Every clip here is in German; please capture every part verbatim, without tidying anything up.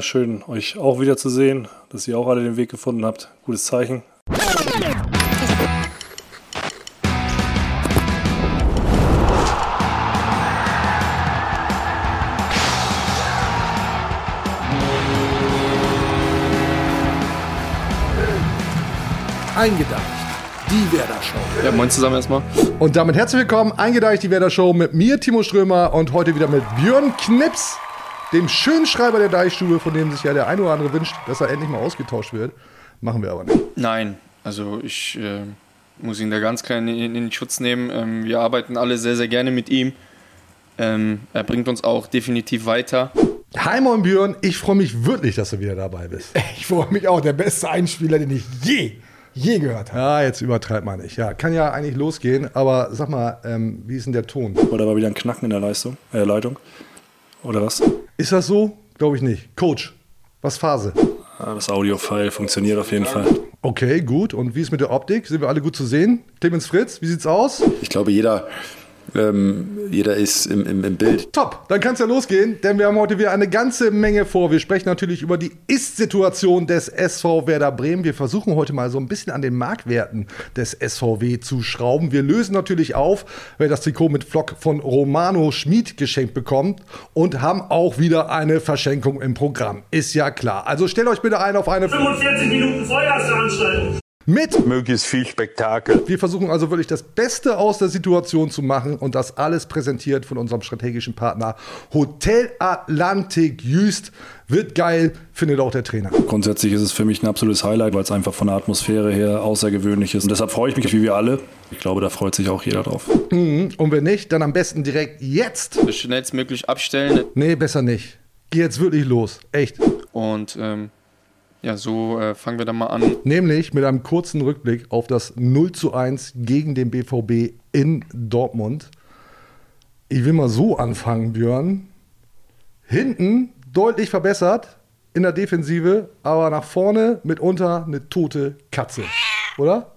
schön, euch auch wiederzusehen, dass ihr auch alle den Weg gefunden habt. Gutes Zeichen. Eingedeicht, die Werder Show. Ja, moin zusammen erstmal. Und damit herzlich willkommen, Eingedeicht, die Werder Show mit mir, Timo Strömer, und heute wieder mit Björn Knips, dem schönen Schreiber der Deichstube, von dem sich ja der ein oder andere wünscht, dass er endlich mal ausgetauscht wird. Machen wir aber nicht. Nein, also ich äh, muss ihn da ganz klein in, in den Schutz nehmen. Ähm, wir arbeiten alle sehr, sehr gerne mit ihm. Ähm, er bringt uns auch definitiv weiter. Hi moin Björn, ich freue mich wirklich, dass du wieder dabei bist. Ich freue mich auch, der beste Einspieler, den ich je, je gehört habe. Ja, jetzt übertreibt man nicht. Ja, kann ja eigentlich losgehen, aber sag mal, ähm, wie ist denn der Ton? Oder war wieder ein Knacken in der Leistung, äh, Leitung? Oder was? Ist das so? Glaube ich nicht. Coach, was Phase? Ja, das Audio-File funktioniert auf jeden Fall. Okay, gut. Und wie ist mit der Optik? Sind wir alle gut zu sehen? Clemens Fritz, wie sieht's aus? Ich glaube, jeder, ähm, jeder ist im, im, im Bild. Top, dann kann es ja losgehen, denn wir haben heute wieder eine ganze Menge vor. Wir sprechen natürlich über die Ist-Situation des S V Werder Bremen. Wir versuchen heute mal so ein bisschen an den Marktwerten des S V W zu schrauben. Wir lösen natürlich auf, wer das Trikot mit Flock von Romano Schmid geschenkt bekommt, und haben auch wieder eine Verschenkung im Programm. Ist ja klar. Also stellt euch bitte ein auf eine fünfundvierzig Minuten Feuerveranstaltung. Mit Möglichst viel Spektakel. Wir versuchen also wirklich das Beste aus der Situation zu machen, und das alles präsentiert von unserem strategischen Partner Hotel Atlantik Jüst. Wird geil, findet auch der Trainer. Grundsätzlich ist es für mich ein absolutes Highlight, weil es einfach von der Atmosphäre her außergewöhnlich ist. Und deshalb freue ich mich, wie wir alle. Ich glaube, da freut sich auch jeder drauf. Mhm. Und wenn nicht, dann am besten direkt jetzt. Schnellstmöglich abstellen. Nee, besser nicht. Geh jetzt wirklich los. Echt. Und ähm, ja, so äh, fangen wir dann mal an. Nämlich mit einem kurzen Rückblick auf das null zu eins gegen den B V B in Dortmund. Ich will mal so anfangen, Björn. Hinten deutlich verbessert in der Defensive, aber nach vorne mitunter eine tote Katze. Oder?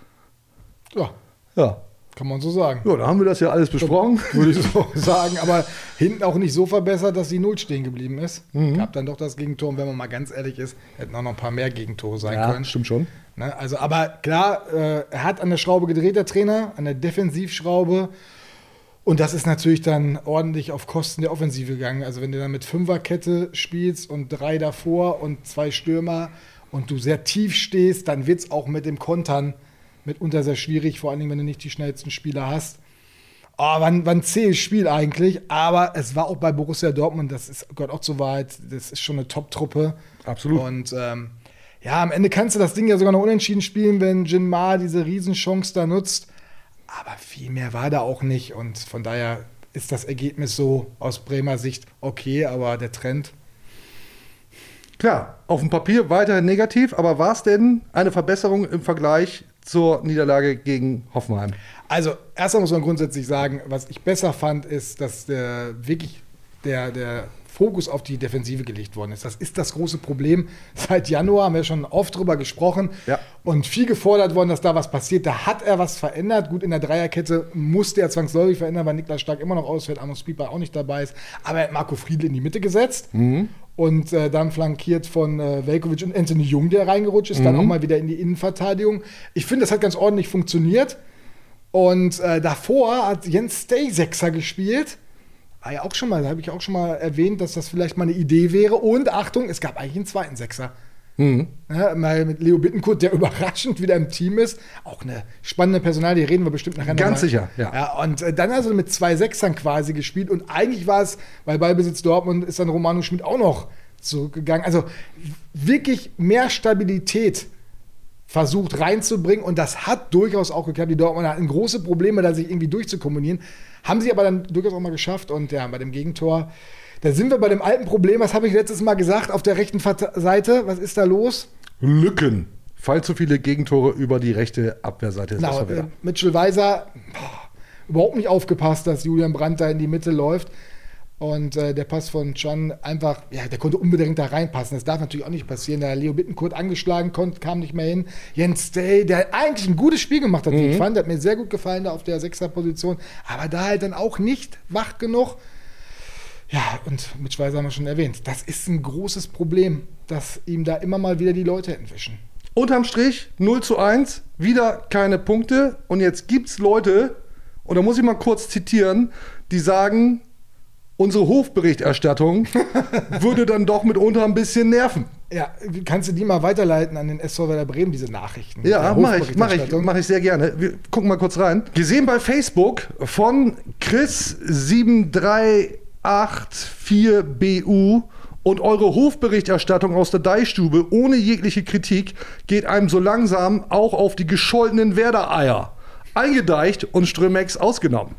Ja, Ja. kann man so sagen. Ja, da haben wir das ja alles besprochen. Würde ich so sagen, aber hinten auch nicht so verbessert, dass die Null stehen geblieben ist. Mhm. Gab dann doch das Gegentor, und wenn man mal ganz ehrlich ist, hätten auch noch ein paar mehr Gegentore sein Ja, können. stimmt schon. Ne, also, aber klar, äh, er hat an der Schraube gedreht, der Trainer, an der Defensivschraube. Und das ist natürlich dann ordentlich auf Kosten der Offensive gegangen. Also wenn du dann mit Fünferkette spielst und drei davor und zwei Stürmer und du sehr tief stehst, dann wird es auch mit dem Kontern mitunter sehr schwierig, vor allen Dingen, wenn du nicht die schnellsten Spieler hast. Oh, war ein, war ein zähes Spiel eigentlich, aber es war auch bei Borussia Dortmund, das ist, gehört auch zur Wahrheit, das ist schon eine Top-Truppe. Absolut. Und ähm, ja, am Ende kannst du das Ding ja sogar noch unentschieden spielen, wenn Jin Ma diese Riesenchance da nutzt. Aber viel mehr war da auch nicht, und von daher ist das Ergebnis so aus Bremer Sicht okay, aber der Trend. Klar, auf dem Papier weiterhin negativ, aber war es denn eine Verbesserung im Vergleich zur Niederlage gegen Hoffenheim? Also, erstmal muss man grundsätzlich sagen, was ich besser fand, ist, dass der wirklich der, der Fokus auf die Defensive gelegt worden ist. Das ist das große Problem. Seit Januar haben wir schon oft drüber gesprochen, Ja. und viel gefordert worden, dass da was passiert. Da hat er was verändert. Gut, in der Dreierkette musste er zwangsläufig verändern, weil Niklas Stark immer noch ausfällt, Amos Pieper auch nicht dabei ist. Aber er hat Marco Friedl in die Mitte gesetzt. Mhm. Und äh, dann flankiert von äh, Veljkovic und Anthony Jung, der reingerutscht ist, dann auch mal wieder in die Innenverteidigung. Ich finde, das hat ganz ordentlich funktioniert. Und äh, davor hat Jens Stay Sechser gespielt. War ja auch schon mal, da habe ich auch schon mal erwähnt, dass das vielleicht mal eine Idee wäre. Und Achtung, es gab eigentlich einen zweiten Sechser. Mhm. Ja, mal mit Leo Bittencourt, der überraschend wieder im Team ist. Auch eine spannende Personal, die reden wir bestimmt nachher noch Ganz mal. sicher, ja. ja. Und äh, dann also mit zwei Sechsern quasi gespielt. Und eigentlich war es, bei Ballbesitz Dortmund ist dann Romano Schmid auch noch zurückgegangen. Also wirklich mehr Stabilität versucht reinzubringen. Und das hat durchaus auch geklappt. Die Dortmunder hatten große Probleme, da sich irgendwie durchzukommunieren. Haben sie aber dann durchaus auch mal geschafft. Und ja, bei dem Gegentor, da sind wir bei dem alten Problem, was habe ich letztes Mal gesagt, auf der rechten Seite. Was ist da los? Lücken. Fall zu viele Gegentore über die rechte Abwehrseite des Genau, S V Werder. äh, Mitchell Weiser, boah, überhaupt nicht aufgepasst, dass Julian Brandt da in die Mitte läuft. Und äh, der Pass von Can einfach, ja, der konnte unbedingt da reinpassen. Das darf natürlich auch nicht passieren. Da Leo Bittencourt angeschlagen konnte, kam nicht mehr hin. Jens Stay, der eigentlich ein gutes Spiel gemacht hat, wie ich fand, der hat mir sehr gut gefallen da auf der Sechser-Position. Aber da halt dann auch nicht wach genug. Ja, und mit Schweizer haben wir schon erwähnt. Das ist ein großes Problem, dass ihm da immer mal wieder die Leute entwischen. Unterm Strich null zu eins, wieder keine Punkte. Und jetzt gibt es Leute, und da muss ich mal kurz zitieren, die sagen, unsere Hofberichterstattung würde dann doch mitunter ein bisschen nerven. Ja, kannst du die mal weiterleiten an den S V Werder Bremen, diese Nachrichten? Ja, mache ich, mach ich, mach ich sehr gerne. Wir gucken mal kurz rein. Gesehen bei Facebook von Chris sieben drei acht vier B U und eure Hofberichterstattung aus der Deichstube ohne jegliche Kritik geht einem so langsam auch auf die gescholtenen Werder-Eier. Eingedeicht und Strömex ausgenommen.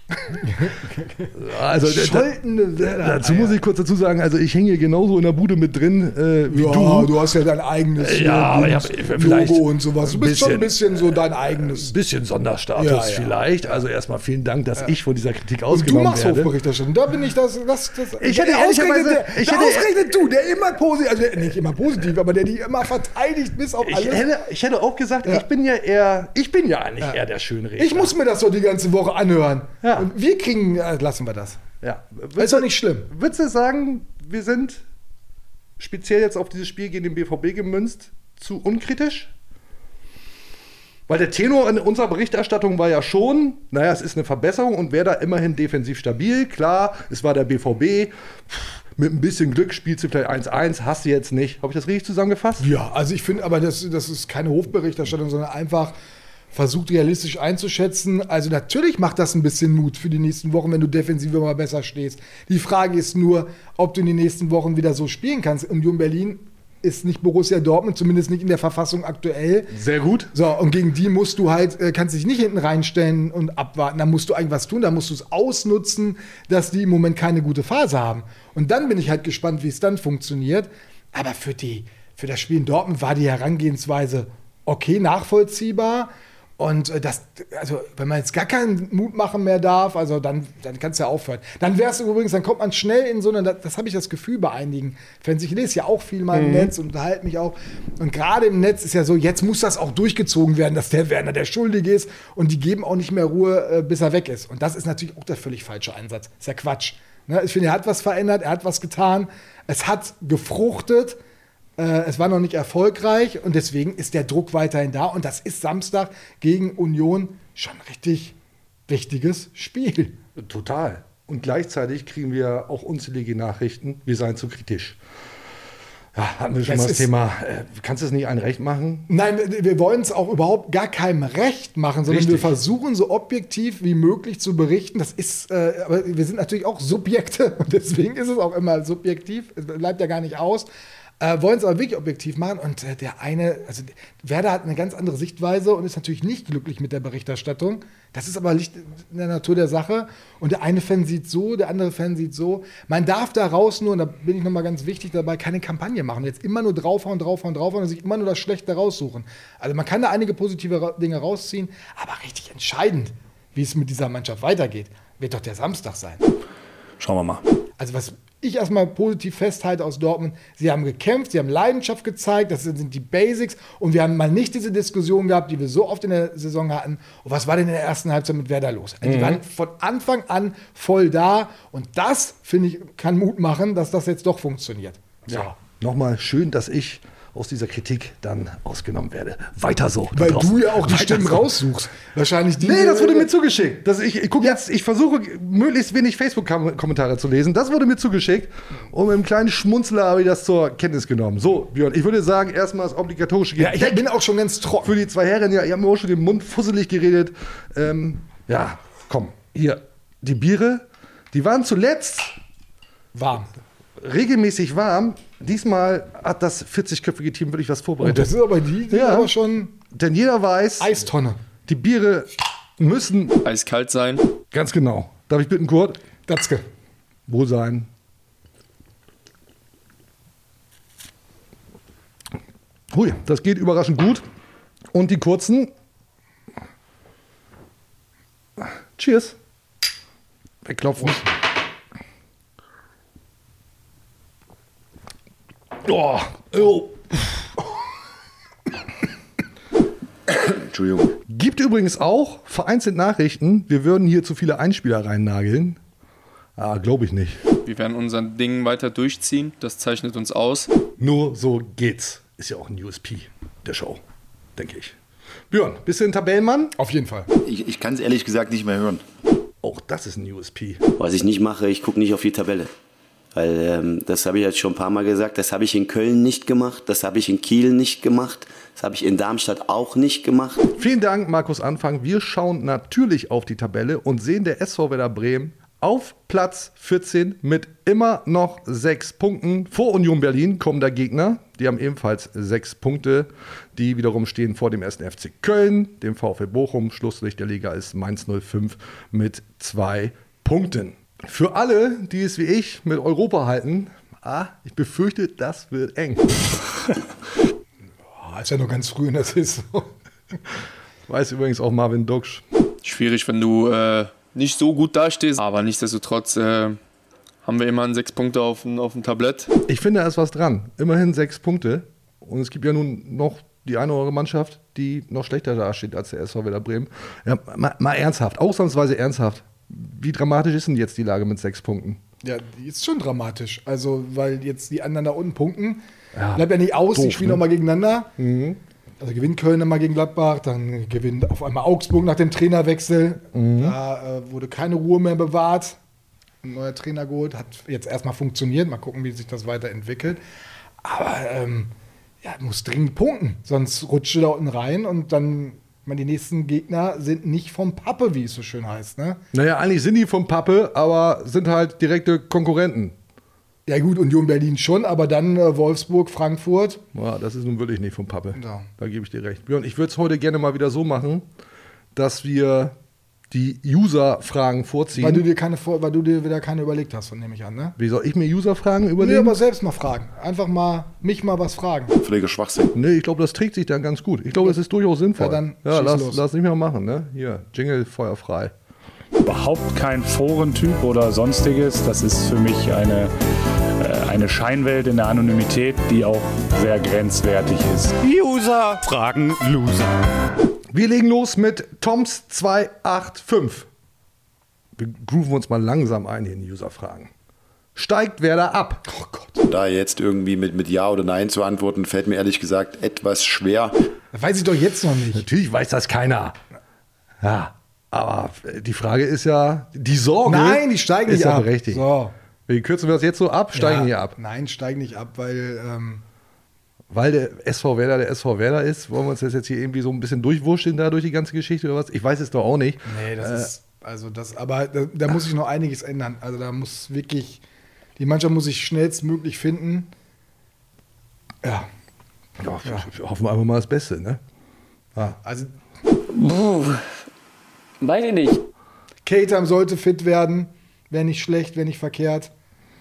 Also, Scholtene Werder. Dazu muss ich kurz dazu sagen, also ich hänge genauso in der Bude mit drin äh, wie ja, du. du hast ja dein eigenes Ja, aber ich hab vielleicht Logo und sowas. Du bist bisschen- schon ein bisschen so dein eigenes. Ein bisschen Sonderstatus Ja, ja. vielleicht. Also erstmal vielen Dank, dass ich von dieser Kritik Und du ausgenommen machst werde. Hofberichterstattung. Da bin ich das. das, das Ich der hätte ausgerechnet, ehrlicherweise- der, ich der hätte- ausgerechnet du, der immer positiv, also der, nicht immer positiv, aber der die immer verteidigt bis auf Ich alles. hätte, ich hätte auch gesagt, Ja. ich bin ja eher, ich bin ja eigentlich eher der Schönredner. Ich muss mir das doch die ganze Woche anhören. Ja. Und wir kriegen, äh, lassen wir das. Ja. Das ist doch nicht schlimm. Würdest du sagen, wir sind speziell jetzt auf dieses Spiel gegen den B V B gemünzt zu unkritisch? Weil der Tenor in unserer Berichterstattung war ja schon, naja, es ist eine Verbesserung und wäre da immerhin defensiv stabil. Klar, es war der B V B. Mit ein bisschen Glück spielst du vielleicht eins eins, hast du jetzt nicht. Habe ich das richtig zusammengefasst? Ja, also ich finde aber, das, das ist keine Hofberichterstattung, sondern einfach versucht realistisch einzuschätzen. Also natürlich macht das ein bisschen Mut für die nächsten Wochen, wenn du defensiv immer besser stehst. Die Frage ist nur, ob du in den nächsten Wochen wieder so spielen kannst. Union Berlin ist nicht Borussia Dortmund, zumindest nicht in der Verfassung aktuell. Sehr gut. So, und gegen die musst du halt, äh, kannst dich nicht hinten reinstellen und abwarten. Da musst du irgendwas tun, da musst du es ausnutzen, dass die im Moment keine gute Phase haben. Und dann bin ich halt gespannt, wie es dann funktioniert. Aber für, die, für das Spiel in Dortmund war die Herangehensweise okay, nachvollziehbar. Und äh, das, also wenn man jetzt gar keinen Mut machen mehr darf, also dann, dann kannst du ja aufhören. Dann wär's übrigens, dann kommt man schnell in so eine, das, das habe ich das Gefühl bei einigen Fans. Ich lese ja auch viel mal im Netz und unterhalte mich auch. Und gerade im Netz ist ja so, jetzt muss das auch durchgezogen werden, dass der Werner der Schuldige ist. Und die geben auch nicht mehr Ruhe, äh, bis er weg ist. Und das ist natürlich auch der völlig falsche Ansatz. Ist ja Quatsch. Ne? Ich finde, er hat was verändert, er hat was getan. Es hat gefruchtet. Es war noch nicht erfolgreich und deswegen ist der Druck weiterhin da. Und das ist Samstag gegen Union schon ein richtig wichtiges Spiel. Total. Und gleichzeitig kriegen wir auch unzählige Nachrichten, wir seien zu kritisch. Ja, hatten wir schon Das mal das ist- Thema, äh, kannst du es nicht allen recht machen? Nein, wir- wir wollen es auch überhaupt gar keinem recht machen, sondern Richtig. wir versuchen so objektiv wie möglich zu berichten. Das ist, äh, aber wir sind natürlich auch Subjekte und deswegen ist es auch immer subjektiv. Es bleibt ja gar nicht aus. Äh, wollen es aber wirklich objektiv machen und äh, der eine, also Werder hat eine ganz andere Sichtweise und ist natürlich nicht glücklich mit der Berichterstattung. Das ist aber nicht in der Natur der Sache. Und der eine Fan sieht so, der andere Fan sieht so. Man darf daraus nur, und da bin ich nochmal ganz wichtig dabei, keine Kampagne machen. Jetzt immer nur draufhauen, draufhauen, draufhauen und sich immer nur das Schlechte raussuchen. Also man kann da einige positive Ra- Dinge rausziehen, aber richtig entscheidend, wie es mit dieser Mannschaft weitergeht, wird doch der Samstag sein. Schauen wir mal. Also was ich erstmal positiv festhalte aus Dortmund, sie haben gekämpft, sie haben Leidenschaft gezeigt, das sind die Basics und wir haben mal nicht diese Diskussion gehabt, die wir so oft in der Saison hatten. Und was war denn in der ersten Halbzeit mit Werder los? Also die waren von Anfang an voll da und das, finde ich, kann Mut machen, dass das jetzt doch funktioniert. So. Nochmal schön, dass ich aus dieser Kritik dann ausgenommen werde. Weiter so. da Weil draußen. du ja auch die Weiter Stimmen so. raussuchst. Wahrscheinlich die. Nee, das wurde mir zugeschickt. Das ich ich, guck jetzt, ich versuche, möglichst wenig Facebook-Kommentare zu lesen. Das wurde mir zugeschickt. Und mit einem kleinen Schmunzler habe ich das zur Kenntnis genommen. So, Björn, ich würde sagen, erstmal das obligatorische Ja, ich Gedeck bin auch schon ganz trocken. für die zwei Herren. Ja, ihr habt mir auch schon den Mund fusselig geredet. Ähm, ja, komm, hier, die Biere, die waren zuletzt Warm. regelmäßig warm. Diesmal hat das vierzigköpfige Team wirklich was Und vorbereitet. das ist aber die, die Ja. aber schon Denn jeder weiß, Eistonne. die Biere müssen, Eiskalt sein. ganz genau. Darf ich bitten, Kurt? Datzke. Wohl sein. Hui, das geht überraschend gut. Und die kurzen. Cheers. Wegklopfen. Oh, oh. Ah, glaube ich nicht. Wir werden unser Ding weiter durchziehen. Das zeichnet uns aus. Nur so geht's. Ist ja auch ein U S P der Show, denke ich. Björn, bist du ein Tabellenmann? Auf jeden Fall. Ich, ich kann es ehrlich gesagt nicht mehr hören. Auch das ist ein U S P. Was ich nicht mache, ich gucke nicht auf die Tabelle. Weil ähm, das habe ich jetzt schon ein paar Mal gesagt, das habe ich in Köln nicht gemacht, das habe ich in Kiel nicht gemacht, das habe ich in Darmstadt auch nicht gemacht. Vielen Dank, Markus Anfang. Wir schauen natürlich auf die Tabelle und sehen der S V Werder Bremen auf Platz vierzehn mit immer noch sechs Punkten. Vor Union Berlin kommen da Gegner, die haben ebenfalls sechs Punkte. Die wiederum stehen vor dem ersten F C Köln, dem VfL Bochum. Schlusslicht der Liga ist Mainz null fünf mit zwei Punkten. Für alle, die es wie ich mit Europa halten, ah, ich befürchte, das wird eng. Oh, ist ja noch ganz früh in der Saison. Weiß übrigens auch Marvin Duksch. Schwierig, wenn du äh, nicht so gut dastehst. Aber nichtsdestotrotz äh, haben wir immerhin sechs Punkte auf, auf dem Tablett. Ich finde, da ist was dran. Immerhin sechs Punkte. Und es gibt ja nun noch die eine oder andere Mannschaft, die noch schlechter dasteht als der S V Werder Bremen. Ja, mal, mal ernsthaft, ausnahmsweise ernsthaft. Wie dramatisch ist denn jetzt die Lage mit sechs Punkten? Ja, die ist schon dramatisch. Also, weil jetzt die anderen da unten punkten. Ja, Bleibt ja nicht aus, doof, die spielen ne? nochmal gegeneinander. Mhm. Also gewinnt Köln mal gegen Gladbach, dann gewinnt auf einmal Augsburg nach dem Trainerwechsel. Mhm. Da äh, wurde keine Ruhe mehr bewahrt. Ein neuer Trainer geholt, hat jetzt erstmal funktioniert. Mal gucken, wie sich das weiterentwickelt. Aber ähm, ja, muss dringend punkten, sonst rutscht du da unten rein und dann, ich meine, die nächsten Gegner sind nicht vom Pappe, wie es so schön heißt. Ne? Naja, eigentlich sind die vom Pappe, aber sind halt direkte Konkurrenten. Ja gut, Union Berlin schon, aber dann äh, Wolfsburg, Frankfurt. Ja, das ist nun wirklich nicht vom Pappe. Ja. Da gebe ich dir recht. Björn, ich würde es heute gerne mal wieder so machen, dass wir die User-Fragen vorziehen. Weil du dir keine, Vor- weil du dir wieder keine überlegt hast, nehme ich an, ne? Wie soll ich mir User-Fragen Nee, überlegen? aber selbst mal fragen. Einfach mal, mich mal was fragen. Völliger Schwachsinn. Nee, ich glaube, das trägt sich dann ganz gut. Ich glaube, das ist durchaus sinnvoll. Ja, dann ja schieß lass, los. lass nicht mehr machen, ne? Hier, Jingle feuerfrei. Überhaupt kein Forentyp oder sonstiges. Das ist für mich eine, äh, eine Scheinwelt in der Anonymität, die auch sehr grenzwertig ist. User fragen Loser. Wir legen los mit Toms zwei acht fünf. Wir grooven uns mal langsam ein hier in die User-Fragen. Steigt Werder ab? Oh Gott. Da jetzt irgendwie mit, mit Ja oder Nein zu antworten, fällt mir ehrlich gesagt etwas schwer. Das weiß ich doch jetzt noch nicht. Natürlich weiß das keiner. Ja, aber die Frage ist ja, die Sorge Nein, die steigen ist nicht ja ab. berechtigt. So. Wie kürzen wir das jetzt so ab? Steigen Ja, hier ab. Nein, steigen nicht ab, weil ähm, Weil der S V Werder der S V Werder ist, wollen wir uns das jetzt hier irgendwie so ein bisschen durchwurschteln da durch die ganze Geschichte oder was? Ich weiß es doch auch nicht. nee, das Äh, ist, also das, aber da, da muss sich noch einiges ändern. Also da muss wirklich, die Mannschaft muss sich schnellstmöglich finden. Ja, Ja, hoffen wir einfach mal das Beste, ne? also Puh, weiß ich nicht. Keita sollte fit werden, wäre nicht schlecht, wäre nicht verkehrt.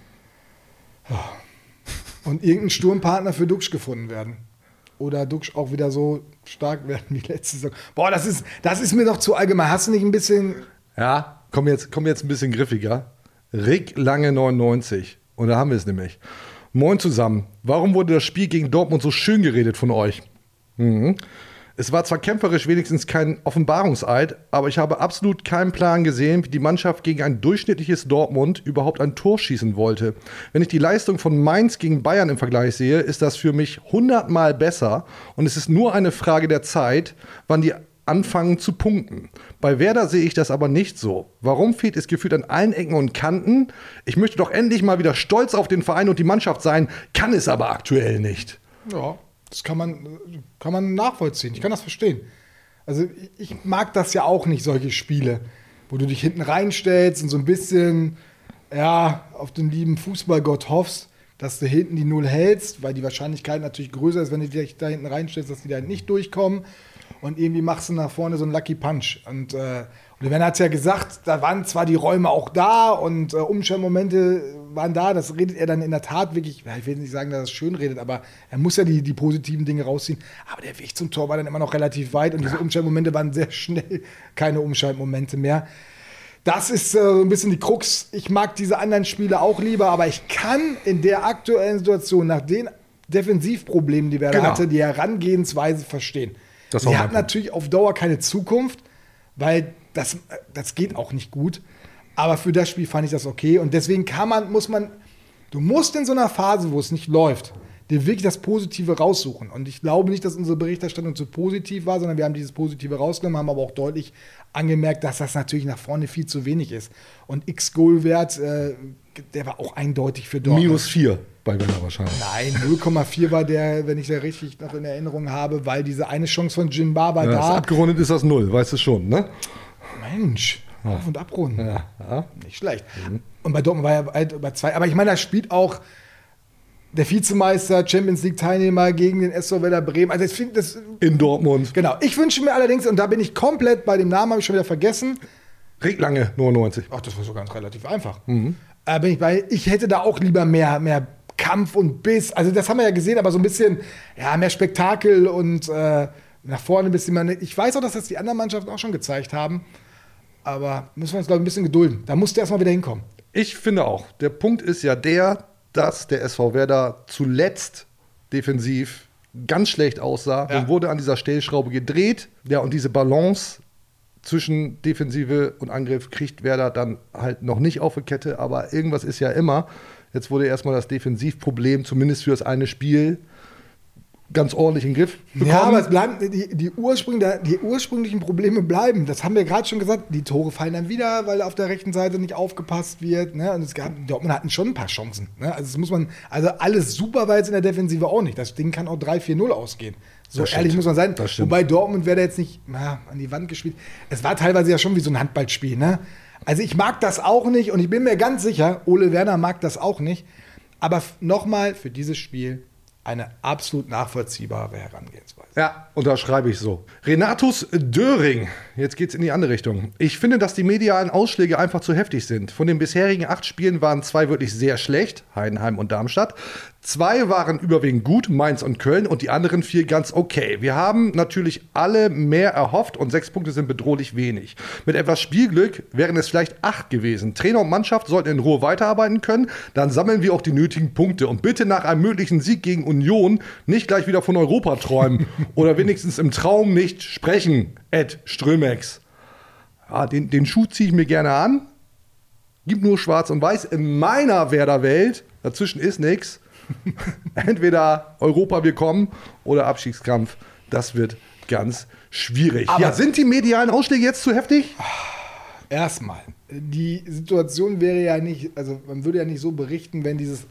Ja. Und irgendein Sturmpartner für Duksch gefunden werden. Oder Duksch auch wieder so stark werden wie letzte Saison. Boah, das ist, das ist mir doch zu allgemein. Hast du nicht ein bisschen... Ja, komm jetzt, komm jetzt ein bisschen griffiger. Rick Lange neunundneunzig. Und da haben wir es nämlich. Moin zusammen. Warum wurde das Spiel gegen Dortmund so schön geredet von euch? Mhm. Es war zwar kämpferisch wenigstens kein Offenbarungseid, aber ich habe absolut keinen Plan gesehen, wie die Mannschaft gegen ein durchschnittliches Dortmund überhaupt ein Tor schießen wollte. Wenn ich die Leistung von Mainz gegen Bayern im Vergleich sehe, ist das für mich hundertmal besser und es ist nur eine Frage der Zeit, wann die anfangen zu punkten. Bei Werder sehe ich das aber nicht so. Warum fehlt es gefühlt an allen Ecken und Kanten? Ich möchte doch endlich mal wieder stolz auf den Verein und die Mannschaft sein, kann es aber aktuell nicht. Ja, das kann man, kann man nachvollziehen. Ich kann das verstehen. Also ich mag das ja auch nicht, solche Spiele, wo du dich hinten reinstellst und so ein bisschen ja, auf den lieben Fußballgott hoffst, dass du hinten die Null hältst, weil die Wahrscheinlichkeit natürlich größer ist, wenn du dich da hinten reinstellst, dass die da nicht durchkommen. Und irgendwie machst du nach vorne so einen Lucky Punch. Und, äh, und der Werner hat es ja gesagt, da waren zwar die Räume auch da und äh, Umschaltmomente waren da. Das redet er dann in der Tat wirklich, ich will nicht sagen, dass er es schön redet, aber er muss ja die, die positiven Dinge rausziehen. Aber der Weg zum Tor war dann immer noch relativ weit und diese Umschaltmomente waren sehr schnell keine Umschaltmomente mehr. Das ist äh, so ein bisschen die Krux. Ich mag diese anderen Spiele auch lieber, aber ich kann in der aktuellen Situation nach den Defensivproblemen, die Werder Genau. hatte, die Herangehensweise verstehen. Das ist Sie auch mein hat Punkt. natürlich auf Dauer keine Zukunft, weil das, das geht auch nicht gut. Aber für das Spiel fand ich das okay. Und deswegen kann man, muss man, du musst in so einer Phase, wo es nicht läuft, dir wirklich das Positive raussuchen. Und ich glaube nicht, dass unsere Berichterstattung zu positiv war, sondern wir haben dieses Positive rausgenommen, haben aber auch deutlich angemerkt, dass das natürlich nach vorne viel zu wenig ist. Und X-Goal-Wert, äh, der war auch eindeutig für Dortmund. Minus vier bei Werder wahrscheinlich. Nein, null Komma vier war der, wenn ich da richtig noch in Erinnerung habe, weil diese eine Chance von Jinbar war Ja, da. abgerundet ist das null, weißt du schon, ne? Mensch, auf- und abrunden. Ja, ja. Nicht schlecht. Und bei Dortmund war er halt über zwei. Aber ich meine, da spielt auch der Vizemeister, Champions League-Teilnehmer gegen den S V Werder Bremen. Also ich finde das. In Dortmund. Genau. Ich wünsche mir allerdings, und da bin ich komplett bei dem Namen, habe ich schon wieder vergessen. Rick Lange, neunundneunzig. Ach, das war so ganz relativ einfach. Mhm. Äh, bin ich, bei, ich hätte da auch lieber mehr, mehr Kampf und Biss. Also das haben wir ja gesehen, aber so ein bisschen ja, mehr Spektakel und äh, nach vorne ein bisschen mehr. Ich weiß auch, dass das die anderen Mannschaften auch schon gezeigt haben. Aber müssen wir uns, glaube ich, ein bisschen gedulden. Da musst du erstmal wieder hinkommen. Ich finde auch, der Punkt ist ja der, dass der S V Werder zuletzt defensiv ganz schlecht aussah. Ja. Und wurde an dieser Stellschraube gedreht. Ja, und diese Balance zwischen Defensive und Angriff kriegt Werder dann halt noch nicht auf die Kette. Aber irgendwas ist ja immer. Jetzt wurde erstmal das Defensivproblem, zumindest für das eine Spiel, ganz ordentlich in den Griff bekommen. Ja, aber es bleiben, die, die, Ursprung, die ursprünglichen Probleme bleiben. Das haben wir gerade schon gesagt. Die Tore fallen dann wieder, weil auf der rechten Seite nicht aufgepasst wird. Ne? Und es gab, Dortmund hatten schon ein paar Chancen. Ne? Also, das muss man, also alles super war jetzt in der Defensive auch nicht. Das Ding kann auch drei vier null ausgehen. So Das ehrlich stimmt. muss man sein. Das stimmt. Wobei Dortmund wäre da jetzt nicht na, an die Wand gespielt. Es war teilweise ja schon wie so ein Handballspiel. Ne? Also ich mag das auch nicht und ich bin mir ganz sicher, Ole Werner mag das auch nicht. Aber nochmal, für dieses Spiel eine absolut nachvollziehbare Herangehensweise. Ja, unterschreibe ich so. Renatus Döring, jetzt geht's in die andere Richtung. Ich finde, dass die medialen Ausschläge einfach zu heftig sind. Von den bisherigen acht Spielen waren zwei wirklich sehr schlecht, Heidenheim und Darmstadt. Zwei waren überwiegend gut, Mainz und Köln, und die anderen vier ganz okay. Wir haben natürlich alle mehr erhofft und sechs Punkte sind bedrohlich wenig. Mit etwas Spielglück wären es vielleicht acht gewesen. Trainer und Mannschaft sollten in Ruhe weiterarbeiten können, dann sammeln wir auch die nötigen Punkte. Und bitte nach einem möglichen Sieg gegen Union nicht gleich wieder von Europa träumen oder wenigstens im Traum nicht sprechen, Ed Strömex. Ja, den, den Schuh ziehe ich mir gerne an. Gibt nur schwarz und weiß. In meiner Werder-Welt, dazwischen ist nichts. Entweder Europa wir kommen oder Abstiegskampf. Das wird ganz schwierig. Aber ja, sind die medialen Ausschläge jetzt zu heftig? Erstmal, die Situation wäre ja nicht, also man würde ja nicht so berichten, wenn dieses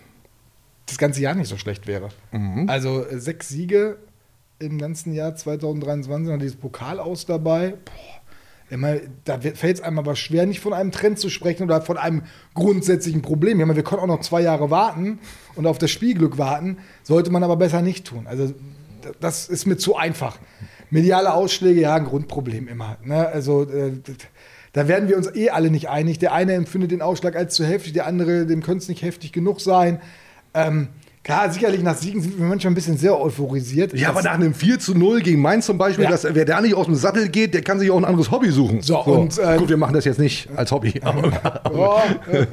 das ganze Jahr nicht so schlecht wäre. Mhm. Also äh, sechs Siege im ganzen Jahr zwanzig dreiundzwanzig und dieses Pokal aus dabei. Boah, immer, da fällt es einem aber schwer, nicht von einem Trend zu sprechen oder von einem grundsätzlichen Problem. Ja, wir können auch noch zwei Jahre warten und auf das Spielglück warten, sollte man aber besser nicht tun. Also das ist mir zu einfach. Mediale Ausschläge, ja, ein Grundproblem immer. Ne? Also äh, da werden wir uns eh alle nicht einig. Der eine empfindet den Ausschlag als zu heftig, der andere, dem könnte es nicht heftig genug sein. Ähm, klar, sicherlich nach Siegen sind wir manchmal ein bisschen sehr euphorisiert. Ja, Das- aber nach einem vier zu null gegen Mainz zum Beispiel, Ja. dass, wer da nicht aus dem Sattel geht, der kann sich auch ein anderes Hobby suchen. So, und, äh, gut, wir machen das jetzt nicht als Hobby. Ja, äh,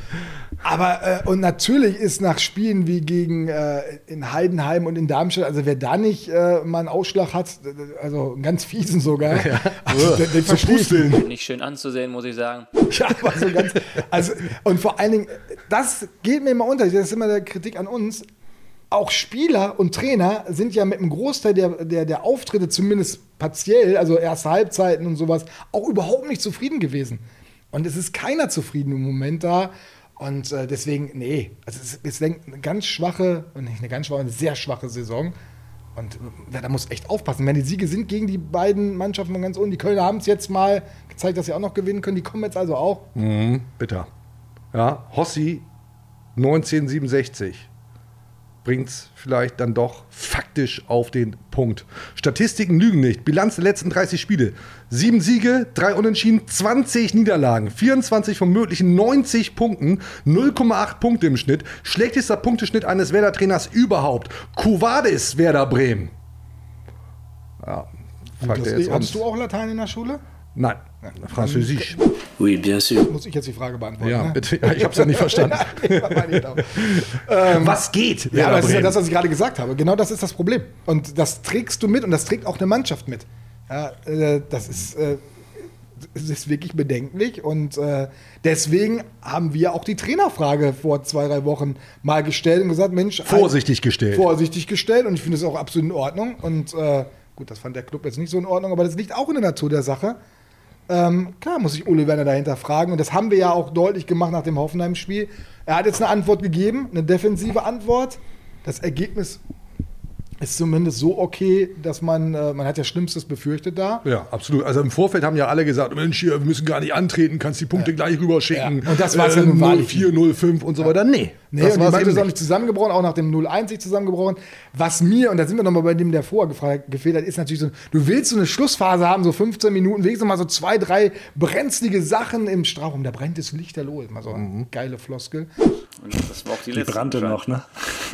aber äh, und natürlich ist nach Spielen wie gegen äh, in Heidenheim und in Darmstadt, also wer da nicht äh, mal einen Ausschlag hat, äh, also einen ganz fiesen sogar, also, den, den verstehe ich nicht. Nicht schön anzusehen, muss ich sagen. Ja, aber so ganz, also, und vor allen Dingen, das geht mir immer unter, das ist immer der Kritik an uns. Auch Spieler und Trainer sind ja mit einem Großteil der, der, der Auftritte, zumindest partiell, also erste Halbzeiten und sowas, auch überhaupt nicht zufrieden gewesen. Und es ist keiner zufrieden im Moment da. Und äh, deswegen, nee, also es ist eine ganz schwache, nicht eine ganz schwache, eine sehr schwache Saison. Und ja, da muss echt aufpassen. Wenn die Siege sind gegen die beiden Mannschaften von ganz unten, die Kölner haben es jetzt mal gezeigt, dass sie auch noch gewinnen können. Die kommen jetzt also auch. Mhm, bitter. Ja, Hossi neunzehnhundertsiebenundsechzig bringt es vielleicht dann doch faktisch auf den Punkt. Statistiken lügen nicht. Bilanz der letzten dreißig Spiele. Sieben Siege, drei Unentschieden, zwanzig Niederlagen. vierundzwanzig von möglichen neunzig Punkten, null Komma acht Punkte im Schnitt. Schlechtester Punkteschnitt eines Werder-Trainers überhaupt. Cuvadis Werder Bremen. Ja, fragt Das, er jetzt hattest uns. du auch Latein in der Schule? Nein, Französisch. Oui, bien sûr. Muss ich jetzt die Frage beantworten? Ja, ne? bitte. Ja, ich habe es ja nicht verstanden. ähm, Was geht? Ja, aber das ist ja Bremen? das, was ich gerade gesagt habe. Genau das ist das Problem. Und das trägst du mit und das trägt auch eine Mannschaft mit. Ja, äh, das ist, äh, es ist wirklich bedenklich. Und äh, deswegen haben wir auch die Trainerfrage vor zwei, drei Wochen mal gestellt und gesagt, Mensch. Vorsichtig gestellt. Vorsichtig gestellt. Und ich finde es auch absolut in Ordnung. Und äh, gut, das fand der Club jetzt nicht so in Ordnung, aber das liegt auch in der Natur der Sache. Ähm, klar muss ich Ole Werner dahinter fragen. Und das haben wir ja auch deutlich gemacht nach dem Hoffenheim-Spiel. Er hat jetzt eine Antwort gegeben, eine defensive Antwort. Das Ergebnis ist zumindest so okay, dass man, äh, man hat ja Schlimmstes befürchtet da. Ja, absolut. Also im Vorfeld haben ja alle gesagt, Mensch, hier, wir müssen gar nicht antreten, kannst die Punkte Ja. gleich rüberschicken. Ja. Und das war's ja äh, nun wahrlich null vier, null fünf und so weiter. Nee, Nee, das und die war's Mannschaft eben ist auch nicht. nicht zusammengebrochen, auch nach dem null eins nicht zusammengebrochen. Was mir, und da sind wir nochmal bei dem, der vorher gefragt, gefehlt hat, ist natürlich so, du willst so eine Schlussphase haben, so fünfzehn Minuten, wenigstens mal so zwei, drei brenzlige Sachen im Strafraum. Da brennt es lichterloh. Mal so eine Mhm. geile Floskel. Und das war auch die, Die letzte. brannte noch, ne?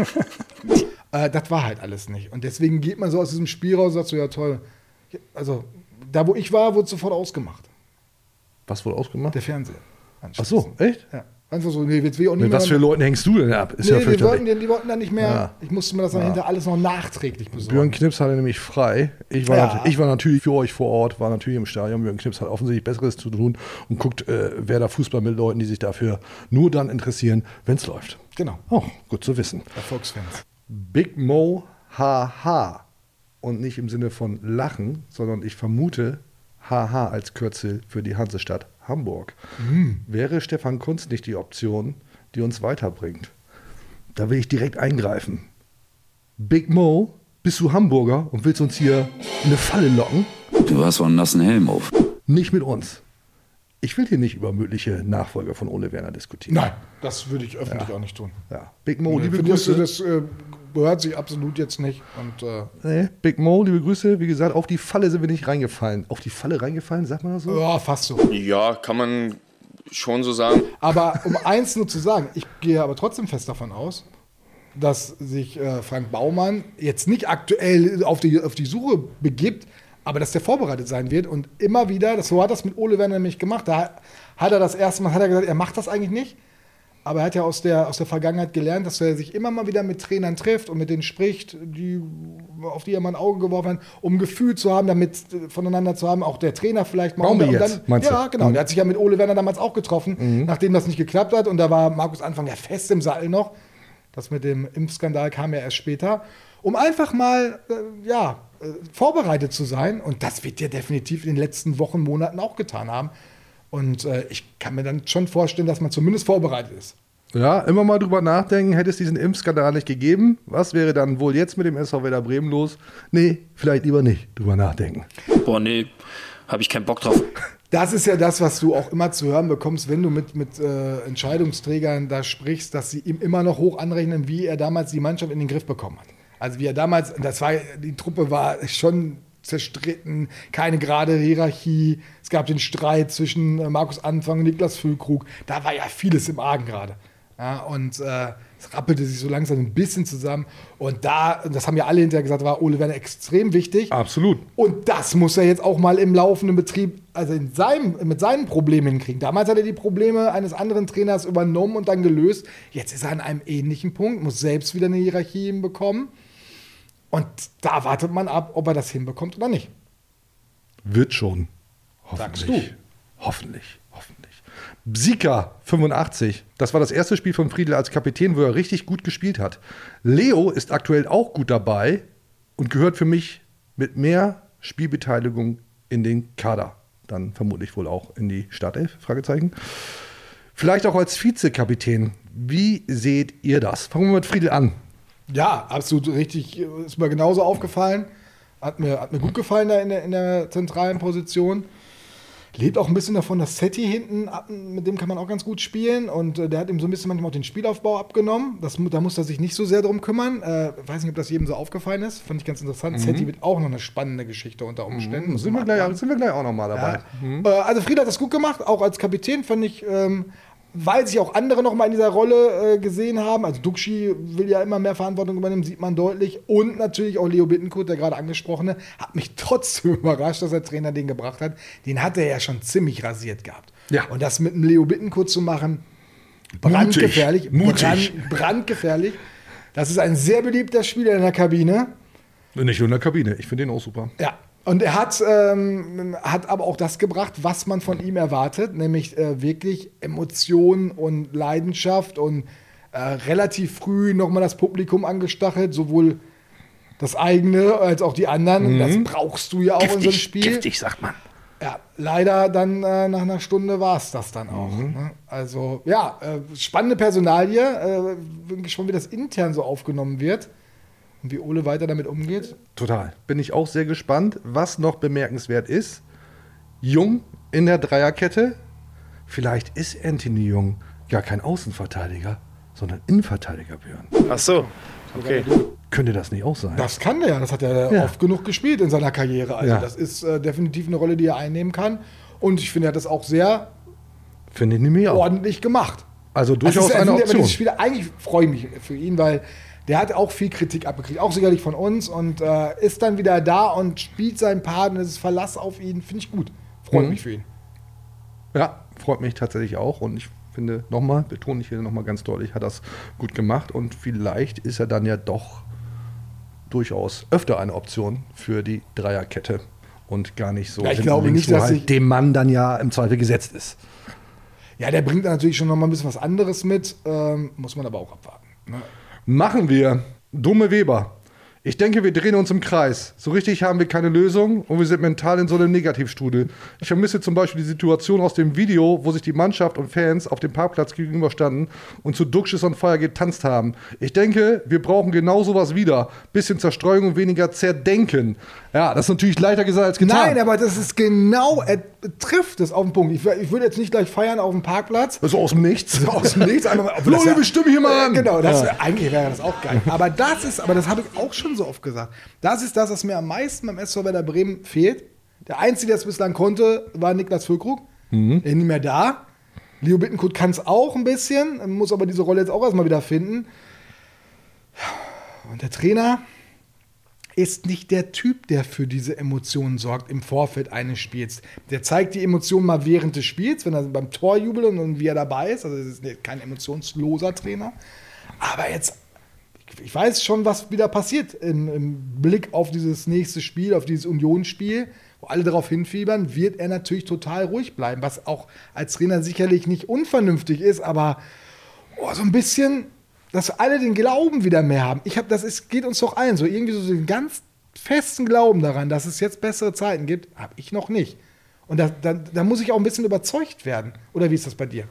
Äh, das war halt alles nicht. Und deswegen geht man so aus diesem Spiel raus und sagt so, ja toll. Also, da wo ich war, wurde sofort ausgemacht. Was wurde ausgemacht? Der Fernseher. Ach so, echt? Ja. Einfach so, nee, jetzt will ich auch nicht Mit mehr. was für Leuten hängst du denn ab? Ist nee, ja die, fürchterlich. wollten, die wollten dann nicht mehr. Ja. Ich musste mir das dann hinter alles noch nachträglich besorgen. Björn Knips hatte nämlich frei. Ich war, Ja. nat- ich war natürlich für euch vor Ort, war natürlich im Stadion. Björn Knips hat offensichtlich Besseres zu tun und guckt, äh, wer da Fußball mit Leuten, die sich dafür nur dann interessieren, wenn es läuft. Genau. Oh, gut zu wissen. Erfolgsfans. Big Mo, haha. Und nicht im Sinne von Lachen, sondern ich vermute haha als Kürzel für die Hansestadt Hamburg. Wäre Stefan Kunz nicht die Option, die uns weiterbringt? Da will ich direkt eingreifen. Big Mo, bist du Hamburger und willst uns hier in eine Falle locken? Du hast so einen nassen Helm auf. Nicht mit uns. Ich will hier nicht über mögliche Nachfolger von Ole Werner diskutieren. Nein, das würde ich öffentlich auch nicht tun. Ja. Big Mo, Nee, liebe finde ich, Grüße. das äh, gehört sich absolut jetzt nicht. Und, äh, Nee, Big Mo, liebe Grüße. Wie gesagt, auf die Falle sind wir nicht reingefallen. Auf die Falle reingefallen, sagt man das so? ja, fast so. Ja, kann man schon so sagen. Aber um eins nur zu sagen, ich gehe aber trotzdem fest davon aus, dass sich äh, Frank Baumann jetzt nicht aktuell auf die, auf die Suche begibt, aber dass der vorbereitet sein wird und immer wieder, das, so hat das mit Ole Werner nämlich gemacht, da hat er das erste Mal hat er gesagt, er macht das eigentlich nicht, aber er hat ja aus der, aus der Vergangenheit gelernt, dass er sich immer mal wieder mit Trainern trifft und mit denen spricht, die, auf die er mal ein Auge geworfen hat, um Gefühl zu haben, damit äh, voneinander zu haben, auch der Trainer vielleicht mal. Baumi und jetzt, dann, meinst du? Ja, genau. Mhm. Der hat sich ja mit Ole Werner damals auch getroffen, nachdem das nicht geklappt hat und da war Markus Anfang ja fest im Sattel noch. Das mit dem Impfskandal kam ja erst später, um einfach mal, äh, ja, äh, vorbereitet zu sein. Und das wird ja definitiv in den letzten Wochen, Monaten auch getan haben. Und äh, ich kann mir dann schon vorstellen, dass man zumindest vorbereitet ist. Ja, immer mal drüber nachdenken, hätte es diesen Impfskandal nicht gegeben, was wäre dann wohl jetzt mit dem S V Werder Bremen los? Nee, vielleicht lieber nicht drüber nachdenken. Boah, nee, habe ich keinen Bock drauf. Das ist ja das, was du auch immer zu hören bekommst, wenn du mit, mit äh, Entscheidungsträgern da sprichst, dass sie ihm immer noch hoch anrechnen, wie er damals die Mannschaft in den Griff bekommen hat. Also wie er damals, das war, die Truppe war schon zerstritten, keine gerade Hierarchie. Es gab den Streit zwischen äh, Markus Anfang und Niklas Füllkrug. Da war ja vieles im Argen gerade. Ja, und äh, es rappelte sich so langsam ein bisschen zusammen. Und da, das haben ja alle hinterher gesagt, war Ole Werner extrem wichtig. Absolut. Und das muss er jetzt auch mal im laufenden Betrieb, also in seinem, mit seinen Problemen hinkriegen. Damals hat er die Probleme eines anderen Trainers übernommen und dann gelöst. Jetzt ist er an einem ähnlichen Punkt, muss selbst wieder eine Hierarchie hinbekommen. Und da wartet man ab, ob er das hinbekommt oder nicht. Wird schon. Sagst Hoffentlich. Hoffentlich. Hoffentlich. Bsika fünfundachtzig. Das war das erste Spiel von Friedl als Kapitän, wo er richtig gut gespielt hat. Leo ist aktuell auch gut dabei und gehört für mich mit mehr Spielbeteiligung in den Kader. Dann vermutlich wohl auch in die Startelf, Fragezeichen. Vielleicht auch als Vizekapitän. Wie seht ihr das? Fangen wir mit Friedl an. Ja, absolut richtig. Ist mir genauso aufgefallen. Hat mir, hat mir gut gefallen da in der, in der zentralen Position. Lebt auch ein bisschen davon, dass Setti hinten, mit dem kann man auch ganz gut spielen. Und äh, der hat ihm so ein bisschen manchmal auch den Spielaufbau abgenommen. Das, da muss er sich nicht so sehr drum kümmern. Äh, weiß nicht, ob das jedem so aufgefallen ist. Fand ich ganz interessant. Mhm. Setti wird auch noch eine spannende Geschichte unter Umständen. Mhm. Sind, wir gleich, sind wir gleich auch nochmal dabei. Ja. Mhm. Äh, also Friedl hat das gut gemacht, auch als Kapitän fand ich, ähm, weil sich auch andere noch mal in dieser Rolle äh, gesehen haben. Also Duxi will ja immer mehr Verantwortung übernehmen, sieht man deutlich. Und natürlich auch Leo Bittencourt, der gerade angesprochene, hat mich trotzdem überrascht, dass der Trainer den gebracht hat. Den hat er ja schon ziemlich rasiert gehabt. Ja. Und das mit dem Leo Bittencourt zu machen, brandgefährlich. Mutig. Brand, brandgefährlich. Das ist ein sehr beliebter Spieler in der Kabine. Nicht nur in der Kabine. Ich finde den auch super. Ja, Und er hat, ähm, hat aber auch das gebracht, was man von ihm erwartet, nämlich äh, wirklich Emotionen und Leidenschaft und äh, relativ früh nochmal das Publikum angestachelt, sowohl das eigene als auch die anderen. Mhm. Das brauchst du ja auch Giftig, in so einem Spiel. Giftig, sagt man. Ja, leider dann äh, nach einer Stunde war es das dann auch. Mhm. Ne? Also ja, äh, spannende Personalie. Äh, bin gespannt, wie das intern so aufgenommen wird und wie Ole weiter damit umgeht. Total. Bin ich auch sehr gespannt. Was noch bemerkenswert ist, Jung in der Dreierkette. Vielleicht ist Anthony Jung gar kein Außenverteidiger, sondern Innenverteidiger, Björn. Ach so, okay. Könnte das nicht auch sein? Das kann der ja, das hat er Ja. oft genug gespielt in seiner Karriere. Also Ja. das ist äh, definitiv eine Rolle, die er einnehmen kann. Und ich finde, er hat das auch sehr Finde ich nämlich auch. ordentlich gemacht. Also durchaus ist, eine aber Option. dieses Spiel, eigentlich freue ich mich für ihn, weil der hat auch viel Kritik abgekriegt, auch sicherlich von uns und äh, ist dann wieder da und spielt seinen Part und es ist Verlass auf ihn, finde ich gut. Freut Mhm. mich für ihn. Ja, freut mich tatsächlich auch. Und ich finde, nochmal, betone ich hier nochmal ganz deutlich, hat das gut gemacht. Und vielleicht ist er dann ja doch durchaus öfter eine Option für die Dreierkette. Und gar nicht so, Ja, ich hinten glaube links, nicht, wo dass halt ich- dem Mann dann ja im Zweifel gesetzt ist. Ja, der bringt dann natürlich schon noch mal ein bisschen was anderes mit, ähm, muss man aber auch abwarten. Ne? Machen wir. Dumme Weber. Ich denke, wir drehen uns im Kreis. So richtig haben wir keine Lösung und wir sind mental in so einem Negativstrudel. Ich vermisse zum Beispiel die Situation aus dem Video, wo sich die Mannschaft und Fans auf dem Parkplatz gegenüberstanden und zu Ducksches on Fire getanzt haben. Ich denke, wir brauchen genau sowas wieder. Bisschen Zerstreuung und weniger Zerdenken. Ja, das ist natürlich leichter gesagt als getan. Nein, aber das ist genau, er trifft es auf den Punkt. Ich, ich würde jetzt nicht gleich feiern auf dem Parkplatz. Also aus dem Nichts. So aus dem Nichts. Einfach, obwohl Leute, das ja- wir stimmen hier mal an. Genau, das, Ja. eigentlich wäre das auch geil. Aber das ist, aber das habe ich auch schon so oft gesagt. Das ist das, was mir am meisten beim S V Werder Bremen fehlt. Der Einzige, der es bislang konnte, war Niklas Füllkrug. Mhm. Der ist nicht mehr da. Leo Bittencourt kann es auch ein bisschen, muss aber diese Rolle jetzt auch erstmal wieder finden. Und der Trainer ist nicht der Typ, der für diese Emotionen sorgt im Vorfeld eines Spiels. Der zeigt die Emotionen mal während des Spiels, wenn er beim Tor jubelt und wie er dabei ist. Also es ist kein emotionsloser Trainer. Aber jetzt, ich weiß schon, was wieder passiert im, im Blick auf dieses nächste Spiel, auf dieses Unionsspiel, wo alle darauf hinfiebern, wird er natürlich total ruhig bleiben, was auch als Trainer sicherlich nicht unvernünftig ist, aber oh, so ein bisschen, dass alle den Glauben wieder mehr haben. Ich habe, das ist, geht uns doch allen so, irgendwie so den ganz festen Glauben daran, dass es jetzt bessere Zeiten gibt, habe ich noch nicht. Und da, da, da muss ich auch ein bisschen überzeugt werden. Oder wie ist das bei dir?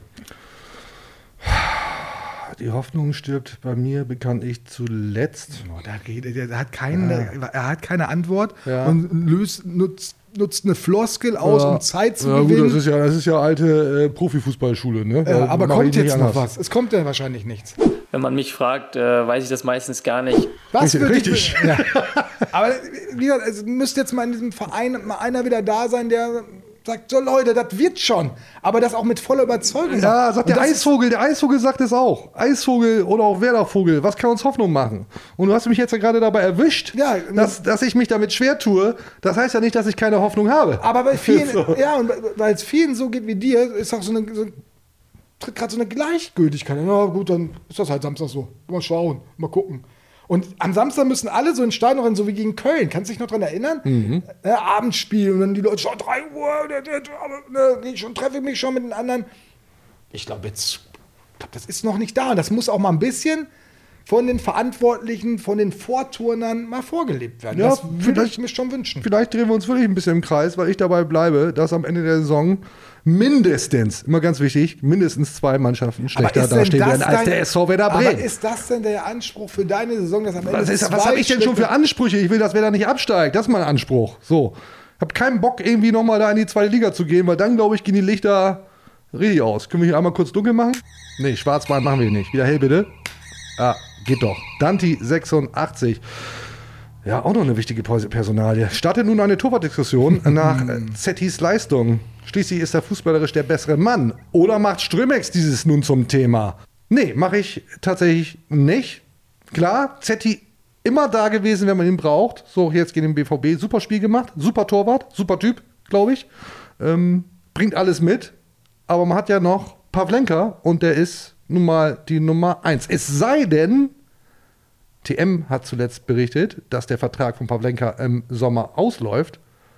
Die Hoffnung stirbt bei mir bekanntlich zuletzt. Oh, da redet, er, hat keine, Ja. er hat keine Antwort Ja. und löst, nutzt, nutzt eine Floskel aus, um Zeit zu ja, gut, gewinnen. das ist ja, das ist ja alte äh, Profifußballschule, ne? Ja, Da aber mach kommt ich nicht jetzt noch anders. was? Es kommt ja wahrscheinlich nichts. Wenn man mich fragt, äh, weiß ich das meistens gar nicht. Was Richtig, wird- richtig. Ja. Aber wie gesagt, es müsste jetzt mal in diesem Verein mal einer wieder da sein, der sagt, so Leute, das wird schon. Aber das auch mit voller Überzeugung. Ja, sagt Und der das ist- Eisvogel. Der Eisvogel sagt es auch. Eisvogel oder auch Werdervogel. Was kann uns Hoffnung machen? Und du hast mich jetzt ja gerade dabei erwischt, Ja, dass, dass ich mich damit schwer tue. Das heißt ja nicht, dass ich keine Hoffnung habe. Aber bei vielen, So. ja, und weil es vielen so geht wie dir, ist auch so eine, so, tritt gerade so eine Gleichgültigkeit. Ja, gut, dann ist das halt Samstag so. Mal schauen, mal gucken. Und am Samstag müssen alle so in Stein noch rennen, so wie gegen Köln. Kannst du dich noch dran erinnern? Mhm. Ja, Abendspiel und dann die Leute schon drei Uhr, ne, ne, aber, ne, schon treffe ich mich schon mit den anderen. Ich glaube jetzt, ich glaub, das ist noch nicht da. Und das muss auch mal ein bisschen von den Verantwortlichen, von den Vorturnern mal vorgelebt werden. Ja, das würde vielleicht- ich mir schon wünschen. Vielleicht drehen wir uns wirklich ein bisschen im Kreis, weil ich dabei bleibe, dass am Ende der Saison mindestens, immer ganz wichtig, mindestens zwei Mannschaften schlechter ist denn dastehen das werden als dein- der S V Werder Aber Bremen. ist das denn der Anspruch für deine Saison, dass am Ende Was, ist- zwei was habe ich denn schon für schlechte- Ansprüche? Ich will, dass Werder nicht absteigt. Das ist mein Anspruch. So. Ich habe keinen Bock, irgendwie nochmal da in die zweite Liga zu gehen, weil dann, glaube ich, gehen die Lichter richtig aus. Können wir hier einmal kurz dunkel machen? Nee, schwarz-weiß machen wir nicht. Wieder hell, bitte. Ah, geht doch. Danti sechsundachtzig. Ja, auch noch eine wichtige Personalie. Startet nun eine Torwartdiskussion nach äh, Zettis Leistung. Schließlich ist er fußballerisch der bessere Mann. Oder macht Strömex dieses nun zum Thema? Nee, mache ich tatsächlich nicht. Klar, Zetti immer da gewesen, wenn man ihn braucht. So, jetzt gegen den B V B. Super Spiel gemacht. Super Torwart. Super Typ, glaube ich. Ähm, bringt alles mit. Aber man hat ja noch Pavlenka und der ist nun mal die Nummer eins. Es sei denn, T M hat zuletzt berichtet, dass der Vertrag von Pavlenka im Sommer ausläuft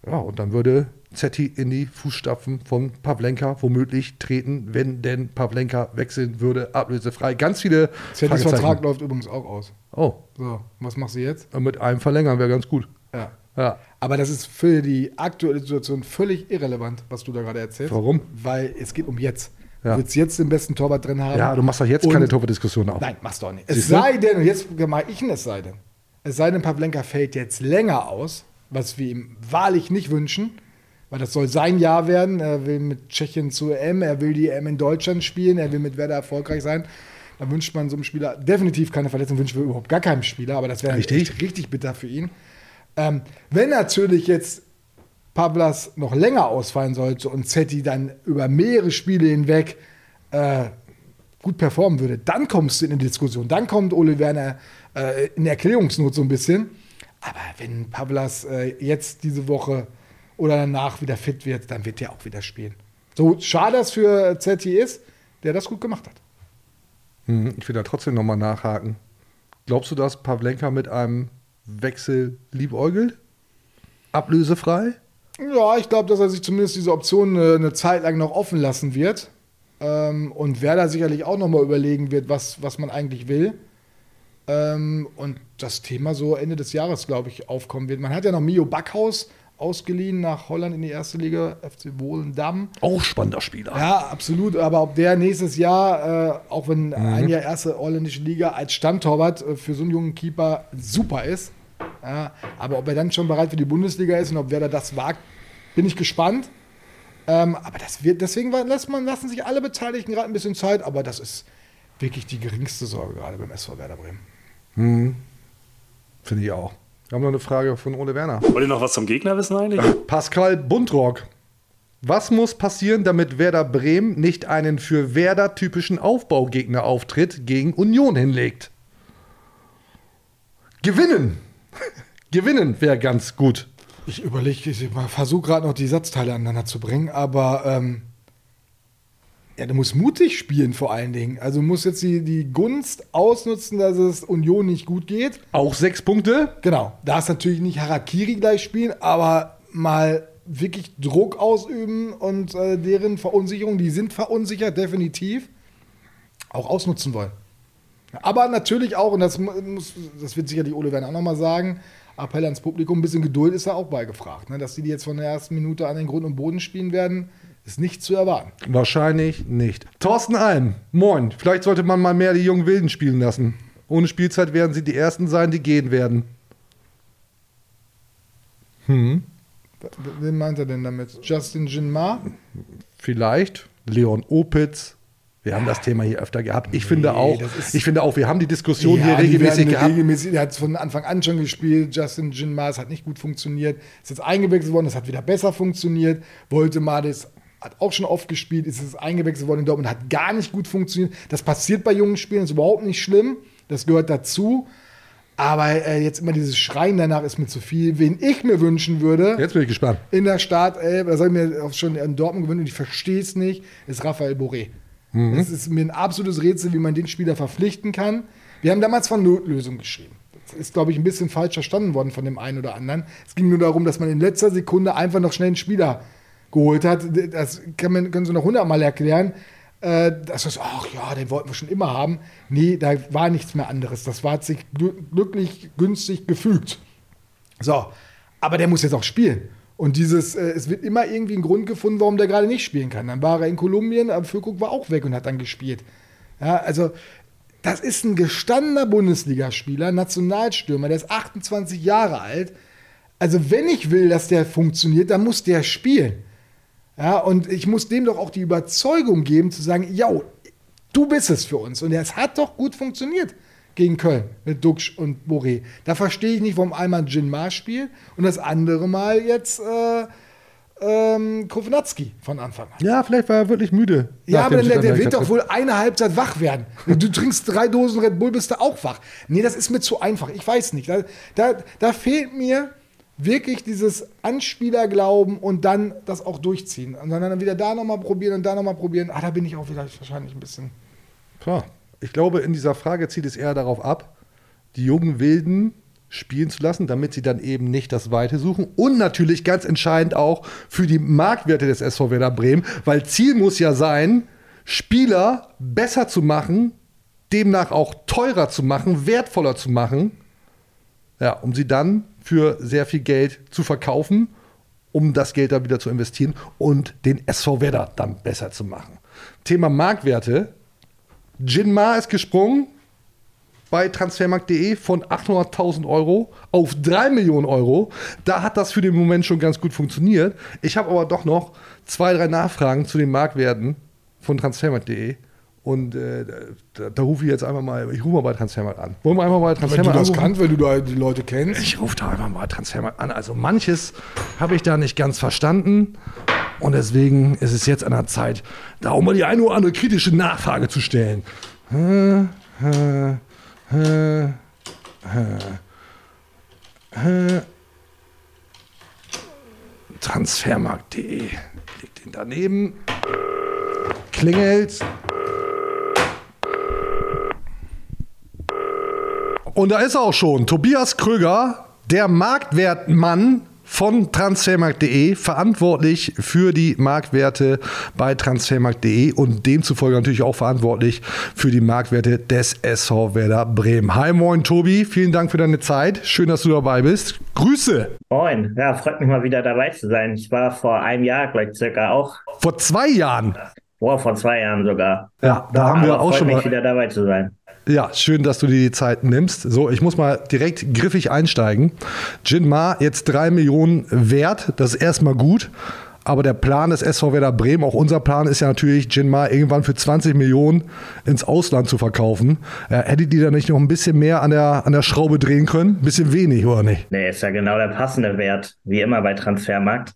Ja, und dann würde Zetti in die Fußstapfen von Pavlenka womöglich treten, wenn denn Pavlenka wechseln würde, ablösefrei. Ganz viele Zettis Fragezeichen. Vertrag läuft übrigens auch aus. Oh. So, was machst du jetzt? Mit einem verlängern wäre ganz gut. Ja. Ja. Aber das ist für die aktuelle Situation völlig irrelevant, was du da gerade erzählst. Warum? Weil es geht um jetzt. Ja. Du willst jetzt den besten Torwart drin haben. Ja, du machst doch jetzt Und- keine Torwartdiskussion auf. Nein, machst du auch nicht. Es Siehst du? sei denn, und jetzt mache ich ein Es sei denn. Es sei denn, Pavlenka fällt jetzt länger aus, was wir ihm wahrlich nicht wünschen, weil das soll sein Jahr werden. Er will mit Tschechien zur E M, er will die E M in Deutschland spielen, er will mit Werder erfolgreich sein. Da wünscht man so einem Spieler definitiv keine Verletzung, wünschen wir überhaupt gar keinem Spieler, aber das wäre Richtig. echt richtig bitter für ihn. Ähm, wenn natürlich jetzt Pavlas noch länger ausfallen sollte und Zetti dann über mehrere Spiele hinweg äh, gut performen würde, dann kommst du in die Diskussion. Dann kommt Ole Werner äh, in Erklärungsnot so ein bisschen. Aber wenn Pavlas äh, jetzt diese Woche oder danach wieder fit wird, dann wird er auch wieder spielen. So schade es für Zetti ist, der das gut gemacht hat. Hm, Ich will da trotzdem nochmal nachhaken. Glaubst du, dass Pavlenka mit einem Wechsel liebäugelt? Ablösefrei? Ja, ich glaube, dass er sich zumindest diese Option eine, eine Zeit lang noch offen lassen wird. Ähm, und Werder sicherlich auch nochmal überlegen wird, was, was man eigentlich will. Ähm, und das Thema so Ende des Jahres, glaube ich, aufkommen wird. Man hat ja noch Mio Backhaus ausgeliehen nach Holland in die erste Liga, F C Volendam. Auch spannender Spieler. Ja, absolut. Aber ob der nächstes Jahr, äh, auch wenn ein Jahr erste holländische Liga als Stammtorwart äh, für so einen jungen Keeper super ist, ja, aber ob er dann schon bereit für die Bundesliga ist und ob Werder das wagt, bin ich gespannt. Ähm, aber das wird, deswegen lässt man, lassen sich alle Beteiligten gerade ein bisschen Zeit, aber das ist wirklich die geringste Sorge gerade beim S V Werder Bremen. Hm. Finde ich auch. Wir haben noch eine Frage von Ole Werner. Wollt ihr noch was zum Gegner wissen eigentlich? Pascal Buntrock. Was muss passieren, damit Werder Bremen nicht einen für Werder typischen Aufbaugegner-Auftritt gegen Union hinlegt? Gewinnen. Gewinnen wäre ganz gut. Ich überlege, ich versuche gerade noch die Satzteile aneinander zu bringen, aber ähm, ja, du musst mutig spielen vor allen Dingen. Also du musst jetzt die, die Gunst ausnutzen, dass es Union nicht gut geht. Auch sechs Punkte? Genau. Darfst natürlich nicht Harakiri gleich spielen, aber mal wirklich Druck ausüben und äh, deren Verunsicherung, die sind verunsichert, definitiv, auch ausnutzen wollen. Aber natürlich auch, und das, muss, das wird sicherlich Ole Werner auch nochmal sagen, Appell ans Publikum, ein bisschen Geduld ist da auch beigefragt. Ne? Dass die, die jetzt von der ersten Minute an den Grund und Boden spielen werden, ist nicht zu erwarten. Wahrscheinlich nicht. Thorsten Alm, moin. Vielleicht sollte man mal mehr die jungen Wilden spielen lassen. Ohne Spielzeit werden sie die Ersten sein, die gehen werden. Hm. Wen meint er denn damit? Justin Jinmar? Vielleicht. Leon Opitz. Wir haben das Thema hier öfter gehabt. Ich finde auch, ich finde auch, wir haben die Diskussion Ja, hier die regelmäßig werden gehabt. regelmäßig. Der hat von Anfang an schon gespielt. Justin Jinmar, es hat nicht gut funktioniert. Ist jetzt eingewechselt worden, das hat wieder besser funktioniert. Woltemades hat auch schon oft gespielt, ist jetzt eingewechselt worden in Dortmund, hat gar nicht gut funktioniert. Das passiert bei jungen Spielern, ist überhaupt nicht schlimm. Das gehört dazu. Aber äh, jetzt immer dieses Schreien danach ist mir zu viel. Wen ich mir wünschen würde, Jetzt bin ich gespannt. in der Startelf, das habe ich mir auch schon in Dortmund gewünscht und ich verstehe es nicht, ist Raphael Boré. Mhm. Das ist mir ein absolutes Rätsel, wie man den Spieler verpflichten kann. Wir haben damals von Notlösung geschrieben. Das ist, glaube ich, ein bisschen falsch verstanden worden von dem einen oder anderen. Es ging nur darum, dass man in letzter Sekunde einfach noch schnell einen Spieler geholt hat. Das kann man, können Sie noch hundertmal erklären. Äh, das ist, ach ja, den wollten wir schon immer haben. Nee, da war nichts mehr anderes. Das war, hat sich glücklich, günstig gefügt. So, aber der muss jetzt auch spielen. Und dieses, äh, es wird immer irgendwie ein Grund gefunden, warum der gerade nicht spielen kann. Dann war er in Kolumbien, aber Füllkrug war auch weg und hat dann gespielt. Ja, also, das ist ein gestandener Bundesligaspieler, Nationalstürmer, der ist achtundzwanzig Jahre alt. Also, wenn ich will, dass der funktioniert, dann muss der spielen. Ja, und ich muss dem doch auch die Überzeugung geben, zu sagen, ja, du bist es für uns. Und es hat doch gut funktioniert gegen Köln mit Duxch und Boré. Da verstehe ich nicht, warum einmal Jinmar spielt und das andere Mal jetzt äh, ähm, Kovnatski von Anfang an. Ja, vielleicht war er wirklich müde. Ja, aber der, der wird doch wohl eine Halbzeit wach werden. Du trinkst drei Dosen Red Bull, bist du auch wach. Nee, das ist mir zu einfach. Ich weiß nicht. Da, da, da fehlt mir wirklich dieses Anspielerglauben und dann das auch durchziehen. Und dann wieder da nochmal probieren und da nochmal probieren. Ah, da bin ich auch wieder wahrscheinlich ein bisschen... Ja, ich glaube, in dieser Frage zieht es eher darauf ab, die jungen Wilden spielen zu lassen, damit sie dann eben nicht das Weite suchen. Und natürlich ganz entscheidend auch für die Marktwerte des S V Werder Bremen, weil Ziel muss ja sein, Spieler besser zu machen, demnach auch teurer zu machen, wertvoller zu machen, ja, um sie dann für sehr viel Geld zu verkaufen, um das Geld dann wieder zu investieren und den S V Werder dann besser zu machen. Thema Marktwerte. Jinmar ist gesprungen bei transfermarkt punkt de von achthunderttausend Euro auf drei Millionen Euro. Da hat das für den Moment schon ganz gut funktioniert. Ich habe aber doch noch zwei, drei Nachfragen zu den Marktwerten von transfermarkt punkt de. Und äh, da, da rufe ich jetzt einfach mal, ich rufe mal bei Transfermarkt an. Wollen wir einfach mal Transfermarkt anrufen? Wenn du das kannst, wenn du da die Leute kennst. Ich rufe da einfach mal Transfermarkt an. Also manches habe ich da nicht ganz verstanden. Und deswegen ist es jetzt an der Zeit, da auch mal die eine oder andere kritische Nachfrage zu stellen. Transfermarkt punkt de. Legt den daneben. Klingelt. Und da ist er auch schon. Tobias Kröger, der Marktwertmann von transfermarkt punkt de, verantwortlich für die Marktwerte bei transfermarkt punkt de und demzufolge natürlich auch verantwortlich für die Marktwerte des S V Werder Bremen. Hi, moin Tobi, vielen Dank für deine Zeit. Schön, dass du dabei bist. Grüße. Moin, ja, freut mich mal wieder dabei zu sein. Ich war vor einem Jahr gleich circa auch. Vor zwei Jahren? Boah, vor zwei Jahren sogar. Ja, da haben wir auch schon mal. Freut mich wieder dabei zu sein. Ja, schön, dass du dir die Zeit nimmst. So, ich muss mal direkt griffig einsteigen. Jinmar, jetzt drei Millionen wert, das ist erstmal gut. Aber der Plan des S V Werder Bremen, auch unser Plan, ist ja natürlich, Jinmar irgendwann für zwanzig Millionen ins Ausland zu verkaufen. Äh, hättet ihr da nicht noch ein bisschen mehr an der, an der Schraube drehen können? Ein bisschen wenig, oder nicht? Nee, ist ja genau der passende Wert, wie immer bei Transfermarkt.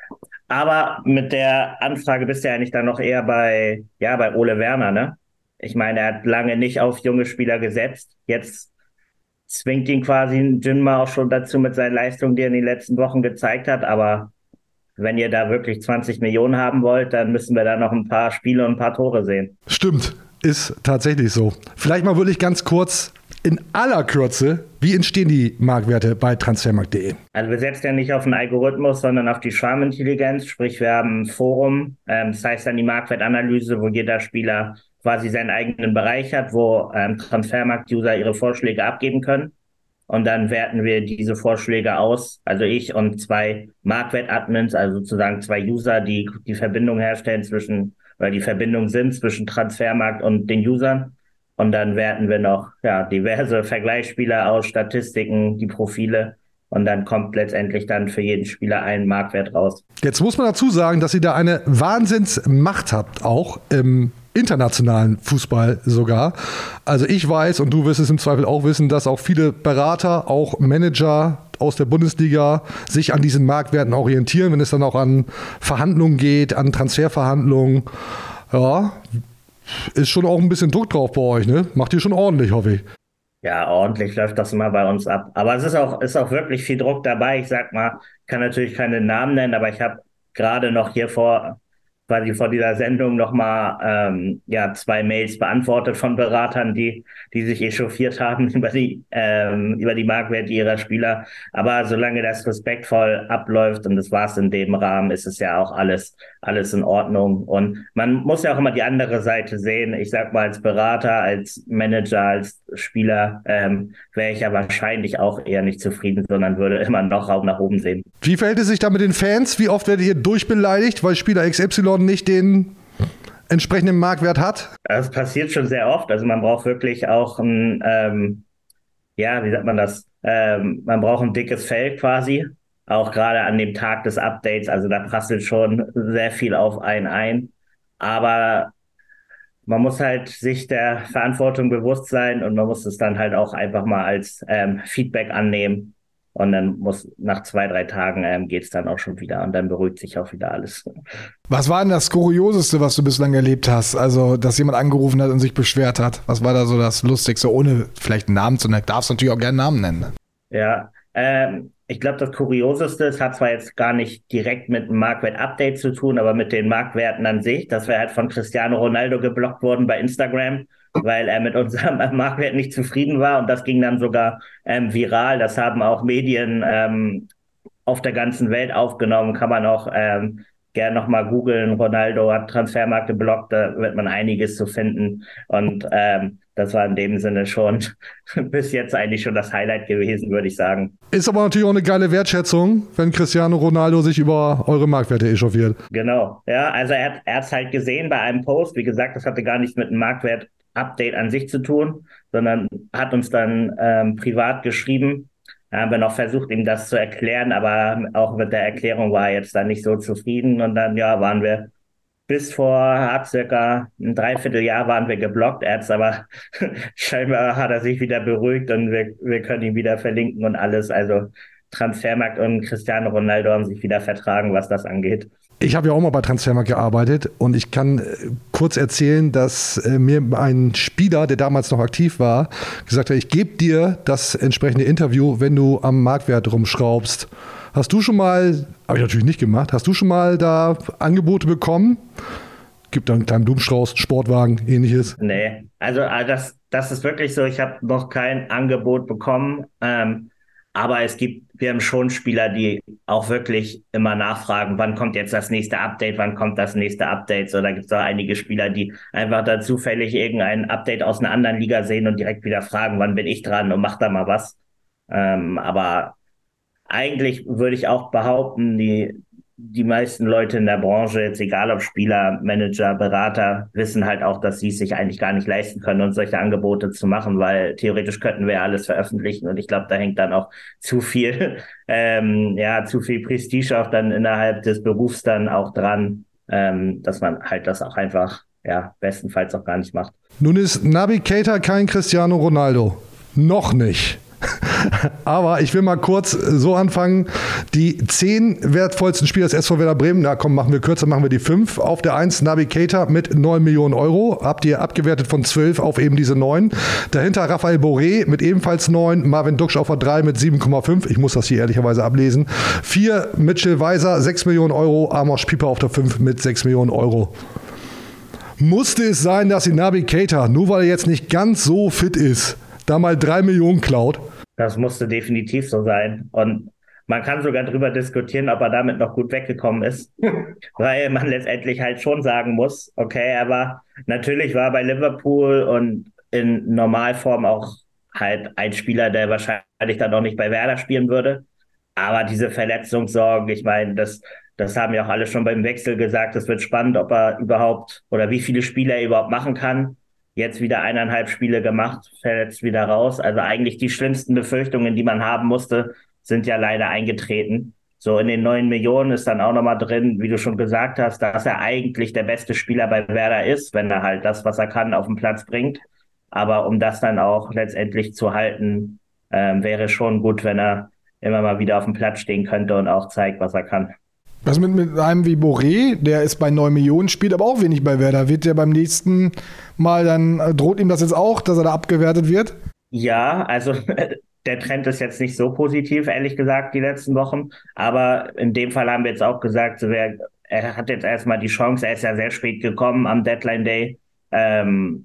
Aber mit der Anfrage bist du ja eigentlich dann noch eher bei, ja, bei Ole Werner, ne? Ich meine, er hat lange nicht auf junge Spieler gesetzt. Jetzt zwingt ihn quasi Jinmar auch schon dazu mit seinen Leistungen, die er in den letzten Wochen gezeigt hat. Aber wenn ihr da wirklich zwanzig Millionen haben wollt, dann müssen wir da noch ein paar Spiele und ein paar Tore sehen. Stimmt, ist tatsächlich so. Vielleicht mal wirklich ganz kurz in aller Kürze, wie entstehen die Marktwerte bei transfermarkt punkt de? Also wir setzen ja nicht auf einen Algorithmus, sondern auf die Schwarmintelligenz. Sprich, wir haben ein Forum, ähm, das heißt dann die Marktwertanalyse, wo jeder Spieler quasi seinen eigenen Bereich hat, wo ähm, Transfermarkt-User ihre Vorschläge abgeben können. Und dann werten wir diese Vorschläge aus, also ich und zwei Marktwert-Admins, also sozusagen zwei User, die die Verbindung herstellen zwischen, oder die Verbindung sind zwischen Transfermarkt und den Usern. Und dann werten wir noch ja diverse Vergleichsspieler aus, Statistiken, die Profile. Und dann kommt letztendlich dann für jeden Spieler ein Marktwert raus. Jetzt muss man dazu sagen, dass ihr da eine Wahnsinnsmacht habt, auch im internationalen Fußball sogar. Also ich weiß, und du wirst es im Zweifel auch wissen, dass auch viele Berater, auch Manager aus der Bundesliga sich an diesen Marktwerten orientieren, wenn es dann auch an Verhandlungen geht, an Transferverhandlungen. Ja, ist schon auch ein bisschen Druck drauf bei euch, ne? Macht ihr schon ordentlich, hoffe ich. Ja, ordentlich läuft das immer bei uns ab. Aber es ist auch, ist auch wirklich viel Druck dabei. Ich sag mal, kann natürlich keine Namen nennen, aber ich habe gerade noch hier vor, quasi vor dieser Sendung nochmal ähm, ja, zwei Mails beantwortet von Beratern, die, die sich echauffiert haben über die, ähm, über die Marktwerte ihrer Spieler. Aber solange das respektvoll abläuft, und das war es in dem Rahmen, ist es ja auch alles, alles in Ordnung. Und man muss ja auch immer die andere Seite sehen. Ich sag mal, als Berater, als Manager, als Spieler ähm, wäre ich ja wahrscheinlich auch eher nicht zufrieden, sondern würde immer noch Raum nach oben sehen. Wie verhält es sich da mit den Fans? Wie oft werdet ihr durchbeleidigt, weil Spieler X Y nicht den entsprechenden Marktwert hat? Das passiert schon sehr oft. Also man braucht wirklich auch ein, ähm, ja, wie sagt man das? Ähm, man braucht ein dickes Fell quasi. Auch gerade an dem Tag des Updates. Also da prasselt schon sehr viel auf einen ein. Aber man muss halt sich der Verantwortung bewusst sein und man muss es dann halt auch einfach mal als ähm, Feedback annehmen. Und dann muss nach zwei, drei Tagen ähm, geht es dann auch schon wieder und dann beruhigt sich auch wieder alles. Was war denn das Kurioseste, was du bislang erlebt hast? Also, dass jemand angerufen hat und sich beschwert hat. Was war da so das Lustigste, ohne vielleicht einen Namen zu nennen? Darfst du natürlich auch gerne Namen nennen. Ja, ähm, ich glaube, das Kurioseste, es hat zwar jetzt gar nicht direkt mit einem Marktwert-Update zu tun, aber mit den Marktwerten an sich, dass wir halt von Cristiano Ronaldo geblockt wurden bei Instagram, weil er mit unserem Marktwert nicht zufrieden war und das ging dann sogar ähm, viral. Das haben auch Medien ähm, auf der ganzen Welt aufgenommen, kann man auch ähm, gerne nochmal googeln. Ronaldo hat Transfermarkt geblockt, da wird man einiges zu finden. Und ähm, das war in dem Sinne schon bis jetzt eigentlich schon das Highlight gewesen, würde ich sagen. Ist aber natürlich auch eine geile Wertschätzung, wenn Cristiano Ronaldo sich über eure Marktwerte echauffiert. Genau, ja, also er, er hat es halt gesehen bei einem Post. Wie gesagt, das hatte gar nichts mit einem Marktwert-Update an sich zu tun, sondern hat uns dann ähm, privat geschrieben. Da haben wir noch versucht, ihm das zu erklären, aber auch mit der Erklärung war er jetzt dann nicht so zufrieden. Und dann, ja, waren wir bis vor ja, circa ein Dreivierteljahr waren wir geblockt. Er hat's aber scheinbar hat er sich wieder beruhigt und wir, wir können ihn wieder verlinken und alles. Also Transfermarkt und Cristiano Ronaldo haben sich wieder vertragen, was das angeht. Ich habe ja auch mal bei Transfermarkt gearbeitet und ich kann äh, kurz erzählen, dass äh, mir ein Spieler, der damals noch aktiv war, gesagt hat, ich gebe dir das entsprechende Interview, wenn du am Marktwert rumschraubst. Hast du schon mal, habe ich natürlich nicht gemacht, hast du schon mal da Angebote bekommen? Gibt da einen kleinen Blumenstrauß, Sportwagen, ähnliches? Nee, also, also das, das ist wirklich so, ich habe noch kein Angebot bekommen. Ähm, Aber es gibt, wir haben schon Spieler, die auch wirklich immer nachfragen, wann kommt jetzt das nächste Update, wann kommt das nächste Update. So, da gibt es auch einige Spieler, die einfach da zufällig irgendein Update aus einer anderen Liga sehen und direkt wieder fragen, wann bin ich dran und mach da mal was. Ähm, aber eigentlich würde ich auch behaupten, die die meisten Leute in der Branche, jetzt egal ob Spieler, Manager, Berater, wissen halt auch, dass sie es sich eigentlich gar nicht leisten können, uns solche Angebote zu machen, weil theoretisch könnten wir ja alles veröffentlichen und ich glaube, da hängt dann auch zu viel, ähm, ja, zu viel Prestige auch dann innerhalb des Berufs dann auch dran, ähm, dass man halt das auch einfach, ja, bestenfalls auch gar nicht macht. Nun ist Naby Keita kein Cristiano Ronaldo. Noch nicht. Aber ich will mal kurz so anfangen. Die zehn wertvollsten Spieler des S V Werder Bremen, na komm, machen wir kürzer, machen wir die fünf. Auf der eins Naby Keita mit neun Millionen Euro. Habt ihr abgewertet von zwölf auf eben diese neun. Dahinter Raphael Boré mit ebenfalls neun. Marvin Duksch auf der drei mit sieben Komma fünf. Ich muss das hier ehrlicherweise ablesen. vier Mitchell Weiser, sechs Millionen Euro. Amos Pieper auf der fünf mit sechs Millionen Euro. Musste es sein, dass die Naby Keita, nur weil er jetzt nicht ganz so fit ist, da mal drei Millionen klaut? Das musste definitiv so sein. Und man kann sogar darüber diskutieren, ob er damit noch gut weggekommen ist. Weil man letztendlich halt schon sagen muss, okay, aber natürlich war er bei Liverpool und in Normalform auch halt ein Spieler, der wahrscheinlich dann auch nicht bei Werder spielen würde. Aber diese Verletzungssorgen, ich meine, das, das haben ja auch alle schon beim Wechsel gesagt, es wird spannend, ob er überhaupt oder wie viele Spiele er überhaupt machen kann. Jetzt wieder eineinhalb Spiele gemacht, fällt jetzt wieder raus. Also eigentlich die schlimmsten Befürchtungen, die man haben musste, sind ja leider eingetreten. So in den neun Millionen ist dann auch nochmal drin, wie du schon gesagt hast, dass er eigentlich der beste Spieler bei Werder ist, wenn er halt das, was er kann, auf den Platz bringt. Aber um das dann auch letztendlich zu halten, ähm, wäre schon gut, wenn er immer mal wieder auf dem Platz stehen könnte und auch zeigt, was er kann. Was mit, mit einem wie Boré, der ist bei neun Millionen, spielt aber auch wenig bei Werder. Wird der beim nächsten Mal dann, droht ihm das jetzt auch, dass er da abgewertet wird? Ja, also der Trend ist jetzt nicht so positiv, ehrlich gesagt, die letzten Wochen. Aber in dem Fall haben wir jetzt auch gesagt, so wer, er hat jetzt erstmal die Chance, er ist ja sehr spät gekommen am Deadline Day. Ähm,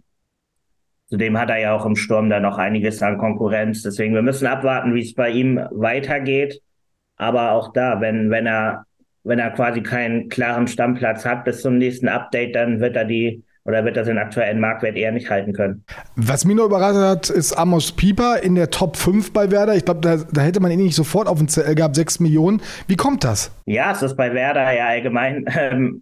zudem hat er ja auch im Sturm da noch einiges an Konkurrenz. Deswegen, wir müssen abwarten, wie es bei ihm weitergeht. Aber auch da, wenn, wenn er Wenn er quasi keinen klaren Stammplatz hat bis zum nächsten Update, dann wird er die oder wird er den aktuellen Marktwert eher nicht halten können. Was mich noch überrascht hat, ist Amos Pieper in der Top fünf bei Werder. Ich glaube, da, da hätte man ihn nicht sofort auf dem Zettel gehabt, sechs Millionen. Wie kommt das? Ja, es ist bei Werder ja allgemein ähm,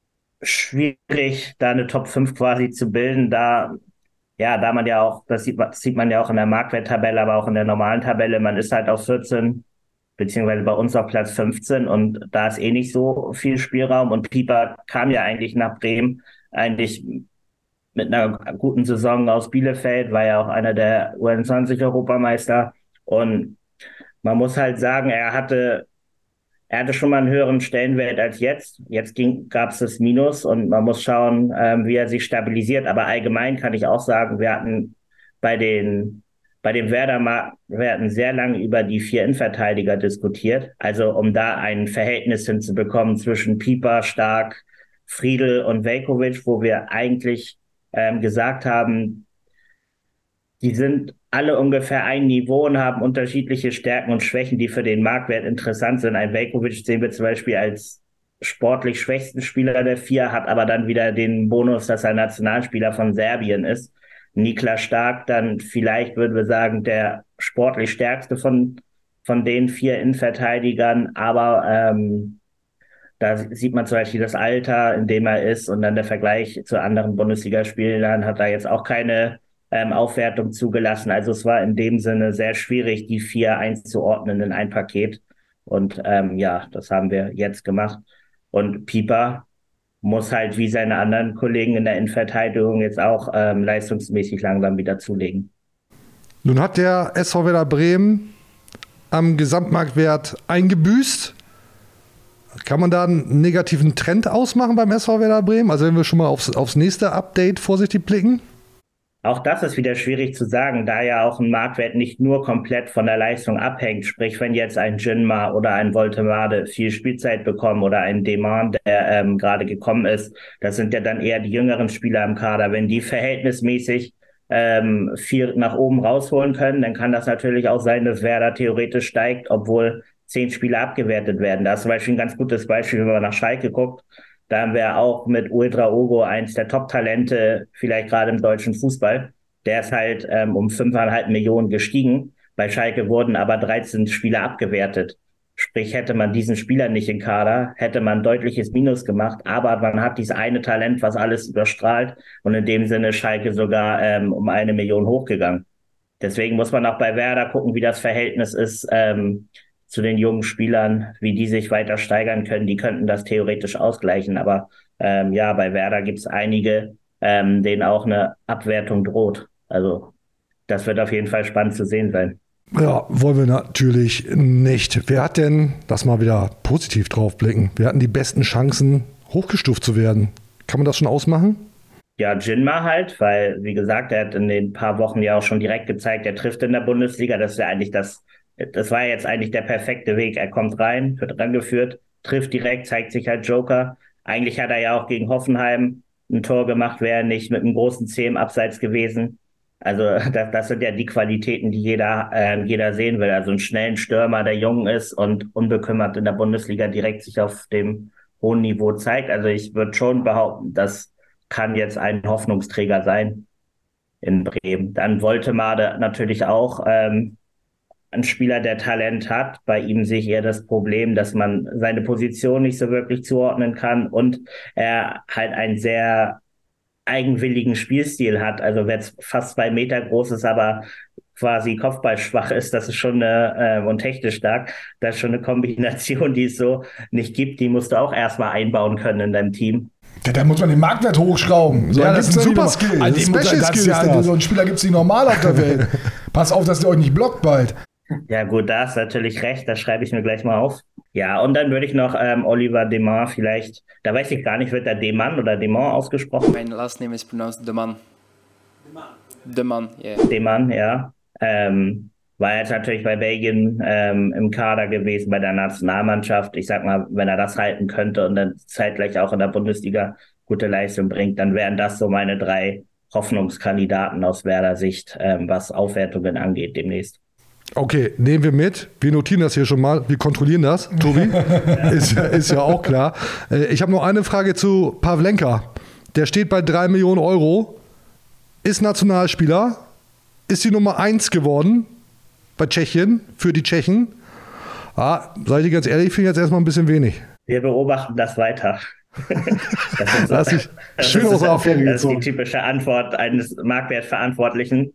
schwierig, da eine Top fünf quasi zu bilden, da ja, da man ja auch, das sieht, das sieht man ja auch in der Marktwerttabelle, aber auch in der normalen Tabelle, man ist halt auf vierzehn beziehungsweise bei uns auf Platz fünfzehn und da ist eh nicht so viel Spielraum und Pieper kam ja eigentlich nach Bremen, eigentlich mit einer guten Saison aus Bielefeld, war ja auch einer der U einundzwanzig Europameister und man muss halt sagen, er hatte er hatte schon mal einen höheren Stellenwert als jetzt. Jetzt gab es das Minus und man muss schauen, ähm, wie er sich stabilisiert, aber allgemein kann ich auch sagen, wir hatten bei den Bei dem Werder wir hatten sehr lange über die vier Innenverteidiger diskutiert. Also um da ein Verhältnis hinzubekommen zwischen Pieper, Stark, Friedl und Veljković, wo wir eigentlich ähm, gesagt haben, die sind alle ungefähr ein Niveau und haben unterschiedliche Stärken und Schwächen, die für den Marktwert interessant sind. Ein Veljković sehen wir zum Beispiel als sportlich schwächsten Spieler der vier, hat aber dann wieder den Bonus, dass er Nationalspieler von Serbien ist. Niklas Stark dann vielleicht, würden wir sagen, der sportlich stärkste von, von den vier Innenverteidigern, aber ähm, da sieht man zum Beispiel das Alter, in dem er ist, und dann der Vergleich zu anderen Bundesligaspielern hat er jetzt auch keine ähm, Aufwertung zugelassen. Also es war in dem Sinne sehr schwierig, die vier einzuordnen in ein Paket. Und ähm, ja, das haben wir jetzt gemacht. Und Pieper muss halt wie seine anderen Kollegen in der Innenverteidigung jetzt auch ähm, leistungsmäßig langsam wieder zulegen. Nun hat der S V Werder Bremen am Gesamtmarktwert eingebüßt. Kann man da einen negativen Trend ausmachen beim S V Werder Bremen? Also wenn wir schon mal aufs, aufs nächste Update vorsichtig blicken? Auch das ist wieder schwierig zu sagen, da ja auch ein Marktwert nicht nur komplett von der Leistung abhängt. Sprich, wenn jetzt ein Jinma oder ein Woltemade viel Spielzeit bekommen oder ein Demand, der ähm, gerade gekommen ist, das sind ja dann eher die jüngeren Spieler im Kader. Wenn die verhältnismäßig ähm, viel nach oben rausholen können, dann kann das natürlich auch sein, dass Werder theoretisch steigt, obwohl zehn Spieler abgewertet werden. Da ist zum Beispiel ein ganz gutes Beispiel, wenn man nach Schalke guckt. Da haben wir auch mit Ouedraogo eins der Top-Talente, vielleicht gerade im deutschen Fußball. Der ist halt ähm, um fünfeinhalb Millionen gestiegen. Bei Schalke wurden aber dreizehn Spieler abgewertet. Sprich, hätte man diesen Spieler nicht im Kader, hätte man deutliches Minus gemacht. Aber man hat dieses eine Talent, was alles überstrahlt. Und in dem Sinne Schalke sogar ähm, um eine Million hochgegangen. Deswegen muss man auch bei Werder gucken, wie das Verhältnis ist ähm, zu den jungen Spielern, wie die sich weiter steigern können. Die könnten das theoretisch ausgleichen. Aber ähm, ja, bei Werder gibt es einige, ähm, denen auch eine Abwertung droht. Also das wird auf jeden Fall spannend zu sehen sein. Ja, wollen wir natürlich nicht. Wer hat denn, lass mal wieder positiv drauf blicken, wer hatten die besten Chancen, hochgestuft zu werden? Kann man das schon ausmachen? Ja, Jinma halt, weil, wie gesagt, er hat in den paar Wochen ja auch schon direkt gezeigt, er trifft in der Bundesliga. Das ist ja eigentlich das Das war jetzt eigentlich der perfekte Weg. Er kommt rein, wird rangeführt, trifft direkt, zeigt sich als Joker. Eigentlich hat er ja auch gegen Hoffenheim ein Tor gemacht, wäre er nicht mit einem großen Zeh im Abseits gewesen. Also das, das sind ja die Qualitäten, die jeder, äh, jeder sehen will. Also einen schnellen Stürmer, der jung ist und unbekümmert in der Bundesliga direkt sich auf dem hohen Niveau zeigt. Also ich würde schon behaupten, das kann jetzt ein Hoffnungsträger sein in Bremen. Dann Woltemade natürlich auch, ähm, ein Spieler, der Talent hat. Bei ihm sehe ich eher das Problem, dass man seine Position nicht so wirklich zuordnen kann und er halt einen sehr eigenwilligen Spielstil hat. Also wer jetzt fast zwei Meter groß ist, aber quasi kopfballschwach ist, das ist schon eine, äh, und technisch stark, das ist schon eine Kombination, die es so nicht gibt. Die musst du auch erstmal einbauen können in deinem Team. Ja, da muss man den Marktwert hochschrauben. So, ja, das ist ein super Skill. Skill. Also das ist das ja, das. So einen Spieler gibt es nicht normal auf der Welt. Pass auf, dass der euch nicht blockt bald. Ja gut, da hast du natürlich recht, das schreibe ich mir gleich mal auf. Ja, und dann würde ich noch ähm, Oliver Deman vielleicht, da weiß ich gar nicht, wird da Deman oder Deman ausgesprochen? Mein last name is pronounced Deman. Deman, yeah. Deman, ja. Ähm, war jetzt natürlich bei Belgien ähm, im Kader gewesen, bei der Nationalmannschaft. Ich sag mal, wenn er das halten könnte und dann zeitgleich auch in der Bundesliga gute Leistung bringt, dann wären das so meine drei Hoffnungskandidaten aus Werder Sicht, ähm, was Aufwertungen angeht demnächst. Okay, nehmen wir mit. Wir notieren das hier schon mal. Wir kontrollieren das, Tobi. ist, ist ja auch klar. Ich habe noch eine Frage zu Pavlenka. Der steht bei drei Millionen Euro, ist Nationalspieler, ist die Nummer eins geworden bei Tschechien, für die Tschechen. Ah, sei ich dir ganz ehrlich, ich finde jetzt erstmal ein bisschen wenig. Wir beobachten das weiter. Das ist, das ist, das schön ist, das das ist die typische Antwort eines Marktwertverantwortlichen.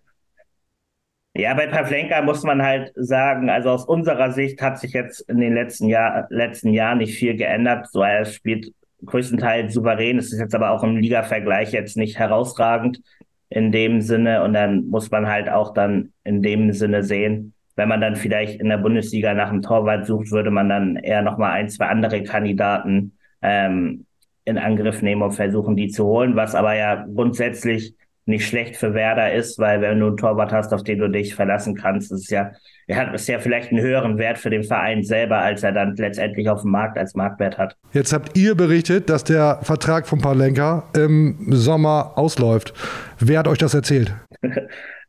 Ja, bei Pavlenka muss man halt sagen, also aus unserer Sicht hat sich jetzt in den letzten, Jahr, letzten Jahren nicht viel geändert. So, er spielt größtenteils souverän, es ist jetzt aber auch im Liga-Vergleich jetzt nicht herausragend in dem Sinne. Und dann muss man halt auch dann in dem Sinne sehen, wenn man dann vielleicht in der Bundesliga nach einem Torwart sucht, würde man dann eher nochmal ein, zwei andere Kandidaten ähm, in Angriff nehmen und versuchen, die zu holen, was aber ja grundsätzlich nicht schlecht für Werder ist, weil wenn du einen Torwart hast, auf den du dich verlassen kannst, ist ja, er hat bisher vielleicht einen höheren Wert für den Verein selber, als er dann letztendlich auf dem Markt als Marktwert hat. Jetzt habt ihr berichtet, dass der Vertrag von Pavlenka im Sommer ausläuft. Wer hat euch das erzählt?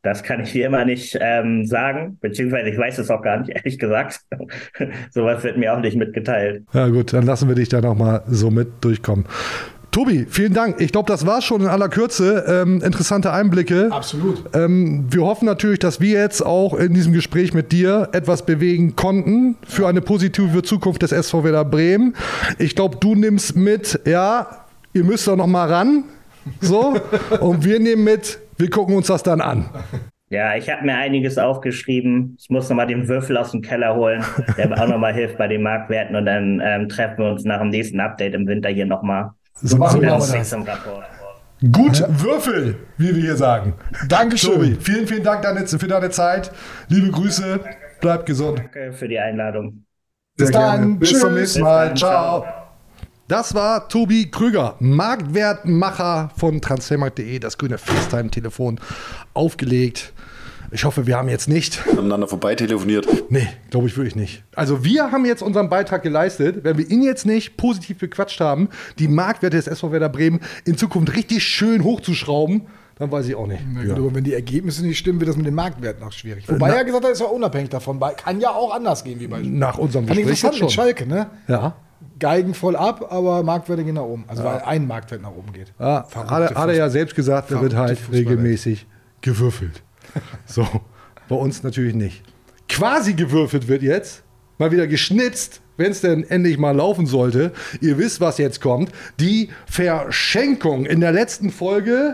Das kann ich dir immer nicht ähm, sagen, beziehungsweise ich weiß es auch gar nicht, ehrlich gesagt. Sowas wird mir auch nicht mitgeteilt. Ja gut, dann lassen wir dich da nochmal so mit durchkommen. Tobi, vielen Dank. Ich glaube, das war schon in aller Kürze. Ähm, interessante Einblicke. Absolut. Ähm, wir hoffen natürlich, dass wir jetzt auch in diesem Gespräch mit dir etwas bewegen konnten für eine positive Zukunft des S V Werder Bremen. Ich glaube, du nimmst mit, ja, ihr müsst da noch mal ran. So. Und wir nehmen mit, wir gucken uns das dann an. Ja, ich habe mir einiges aufgeschrieben. Ich muss nochmal den Würfel aus dem Keller holen, der auch nochmal hilft bei den Marktwerten. Und dann ähm, treffen wir uns nach dem nächsten Update im Winter hier nochmal. So machen wir das. Rapport. Gut, ja. Würfel, wie wir hier sagen. Dankeschön. Tobi, vielen, vielen Dank deine, für deine Zeit. Liebe Grüße, bleib gesund. Danke für die Einladung. Sehr Bis dann. gerne. Bis Tschüss. zum nächsten Mal. Ciao. Das war Tobi Krüger, Marktwertmacher von Transfermarkt punkt de, das grüne FaceTime-Telefon aufgelegt. Ich hoffe, wir haben jetzt nicht aneinander vorbei telefoniert. Nee, glaube ich wirklich nicht. Also wir haben jetzt unseren Beitrag geleistet. Wenn wir ihn jetzt nicht positiv bequatscht haben, die Marktwerte des S V Werder Bremen in Zukunft richtig schön hochzuschrauben, dann weiß ich auch nicht. Na gut, aber wenn die Ergebnisse nicht stimmen, wird das mit den Marktwerten auch schwierig. Wobei Na, er gesagt hat, ist ja unabhängig davon. Kann ja auch anders gehen wie bei Nach unserem Fand ich Gespräch interessant jetzt schon. mit Schalke, ne? Ja. Geigen voll ab, aber Marktwerte gehen nach oben. Also weil ein Marktwert nach oben geht. Ja, hat, er, hat er ja selbst gesagt, da wird halt regelmäßig gewürfelt. So, bei uns natürlich nicht. Quasi gewürfelt wird jetzt, mal wieder geschnitzt, wenn es denn endlich mal laufen sollte. Ihr wisst, was jetzt kommt. Die Verschenkung. In der letzten Folge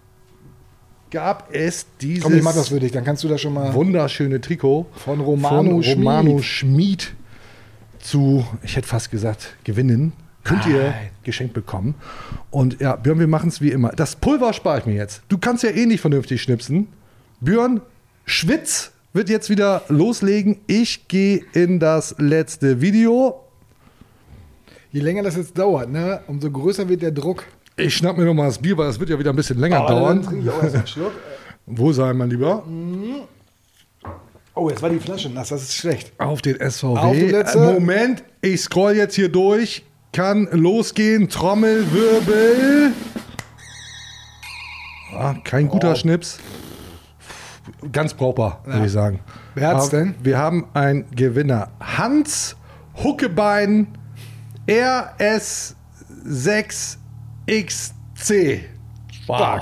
gab es dieses Komm, ich mach das für dich, dann kannst du das schon mal wunderschöne Trikot von Romano, von Romano Schmid. Schmid zu, ich hätte fast gesagt, gewinnen. Könnt ihr Nein. geschenkt bekommen. Und ja, Björn, wir machen es wie immer. Das Pulver spare ich mir jetzt. Du kannst ja eh nicht vernünftig schnipsen. Björn, Schwitz wird jetzt wieder loslegen. Ich gehe in das letzte Video. Je länger das jetzt dauert, ne, umso größer wird der Druck. Ich schnapp mir noch mal das Bier, weil das wird ja wieder ein bisschen länger Aber dauern. dann trinke ich auch erst einen Schluck. Wo sei mein Lieber? Oh, jetzt war die Flasche nass, das ist schlecht. Auf den S V W. Auf die letzte. Moment, ich scroll jetzt hier durch. Kann losgehen. Trommelwirbel. Ah, kein guter Oh. Schnips. Ganz brauchbar, würde Ja. ich sagen. Wer hat's Aber denn? Wir haben einen Gewinner. Hans Huckebein R S sechs X C. Stark.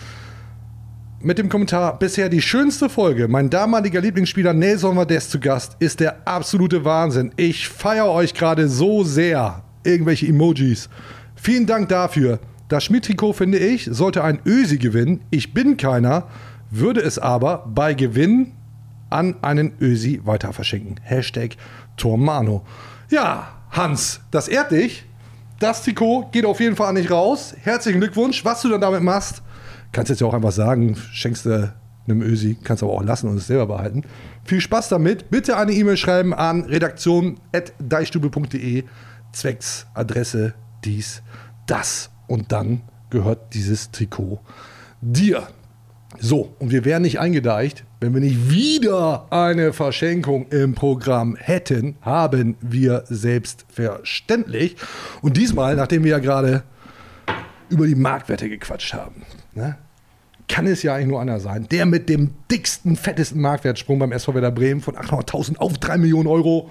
Mit dem Kommentar, bisher die schönste Folge. Mein damaliger Lieblingsspieler Nelson Valdez zu Gast ist der absolute Wahnsinn. Ich feiere euch gerade so sehr. Irgendwelche Emojis. Vielen Dank dafür. Das Schmied-Trikot, finde ich, sollte ein Ösi gewinnen. Ich bin keiner, würde es aber bei Gewinn an einen Ösi weiter verschenken. Hashtag Tormano. Ja, Hans, das ehrt dich. Das Trikot geht auf jeden Fall an dich raus. Herzlichen Glückwunsch. Was du dann damit machst, kannst jetzt ja auch einfach sagen, schenkst du einem Ösi, kannst aber auch lassen und es selber behalten. Viel Spaß damit. Bitte eine E-Mail schreiben an redaktion at deichstube punkt de zwecks Adresse dies, das und dann gehört dieses Trikot dir. So, und wir wären nicht eingedeicht, wenn wir nicht wieder eine Verschenkung im Programm hätten, haben wir selbstverständlich. Und diesmal, nachdem wir ja gerade über die Marktwerte gequatscht haben, ne, kann es ja eigentlich nur einer sein. Der mit dem dicksten, fettesten Marktwertsprung beim S V Werder Bremen von achthunderttausend auf drei Millionen Euro,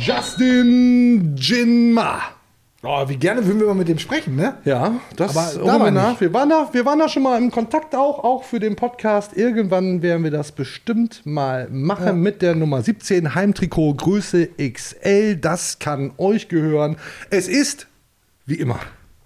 Justin Jinma. Oh, wie gerne würden wir mal mit dem sprechen, ne? Ja, das Aber da holen wir war nach. nicht. Wir waren, da, wir waren da schon mal im Kontakt auch, auch für den Podcast. Irgendwann werden wir das bestimmt mal machen Ja. mit der Nummer siebzehn, Heimtrikot Größe X L. Das kann euch gehören. Es ist, wie immer,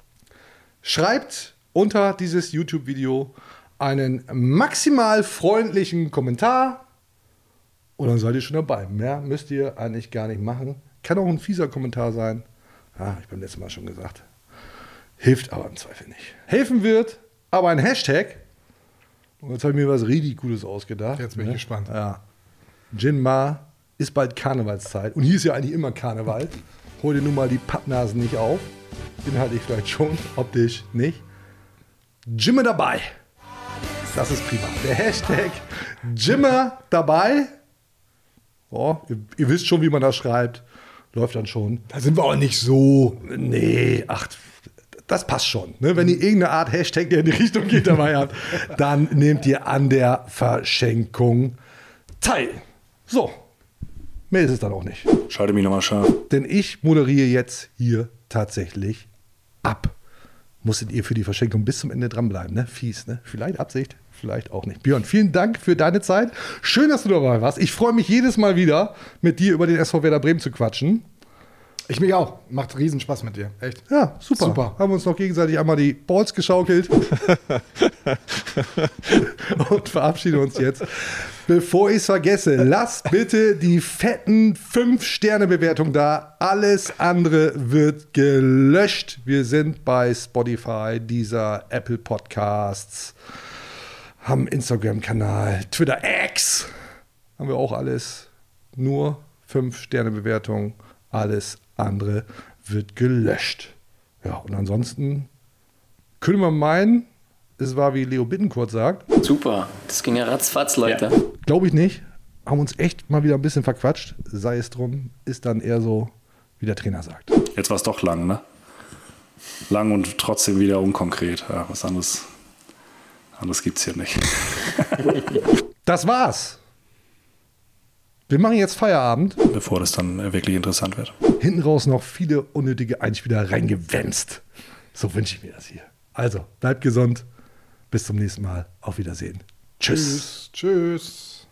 schreibt unter dieses YouTube-Video einen maximal freundlichen Kommentar und dann seid ihr schon dabei. Mehr müsst ihr eigentlich gar nicht machen. Kann auch ein fieser Kommentar sein. Ja, ich beim letzten Mal schon gesagt. Hilft aber im Zweifel nicht. Helfen wird aber ein Hashtag. Und jetzt habe ich mir was richtig Gutes ausgedacht. Jetzt bin ich gespannt. Ja. Jinma ist bald Karnevalszeit. Und hier ist ja eigentlich immer Karneval. Hol dir nun mal die Pappnasen nicht auf. Inhaltlich vielleicht schon, optisch nicht. Jimme dabei. Das ist prima. Der Hashtag Jimme dabei. Oh, ihr, ihr wisst schon, wie man das schreibt. Läuft dann schon. Da sind wir auch nicht so. Nee, ach, das passt schon. Ne? Wenn ihr irgendeine Art Hashtag, der in die Richtung geht, dabei habt, dann nehmt ihr an der Verschenkung teil. So, mehr ist es dann auch nicht. Schalte mich nochmal scharf. Denn ich moderiere jetzt hier tatsächlich ab. Musstet ihr für die Verschenkung bis zum Ende dranbleiben, ne? Fies, ne? Vielleicht Absicht, vielleicht auch nicht. Björn, vielen Dank für deine Zeit. Schön, dass du dabei warst. Ich freue mich jedes Mal wieder, mit dir über den S V Werder Bremen zu quatschen. Ich mich auch. Macht riesen Spaß mit dir. Echt. Ja, super. Super. Haben uns noch gegenseitig einmal die Balls geschaukelt. Und verabschieden uns jetzt. Bevor ich es vergesse, lasst bitte die fetten fünf Sterne Bewertung da. Alles andere wird gelöscht. Wir sind bei Spotify, Deezer, Apple Podcasts, haben einen Instagram-Kanal, Twitter X. Haben wir auch alles. Nur fünf Sterne Bewertung. Alles andere wird gelöscht. Ja, und ansonsten könnte man meinen, es war, wie Leo Bittencourt sagt. Super, das ging ja ratzfatz, Leute. Ja. Glaube ich nicht. Haben uns echt mal wieder ein bisschen verquatscht. Sei es drum, ist dann eher so, wie der Trainer sagt. Jetzt war es doch lang, ne? Lang und trotzdem wieder unkonkret. Ja, was anderes, anderes gibt es hier nicht. Das war's. Wir machen jetzt Feierabend. Bevor das dann wirklich interessant wird. Hinten raus noch viele unnötige Einspieler reingewänzt. So wünsche ich mir das hier. Also, bleibt gesund. Bis zum nächsten Mal. Auf Wiedersehen. Tschüss. Tschüss. Tschüss.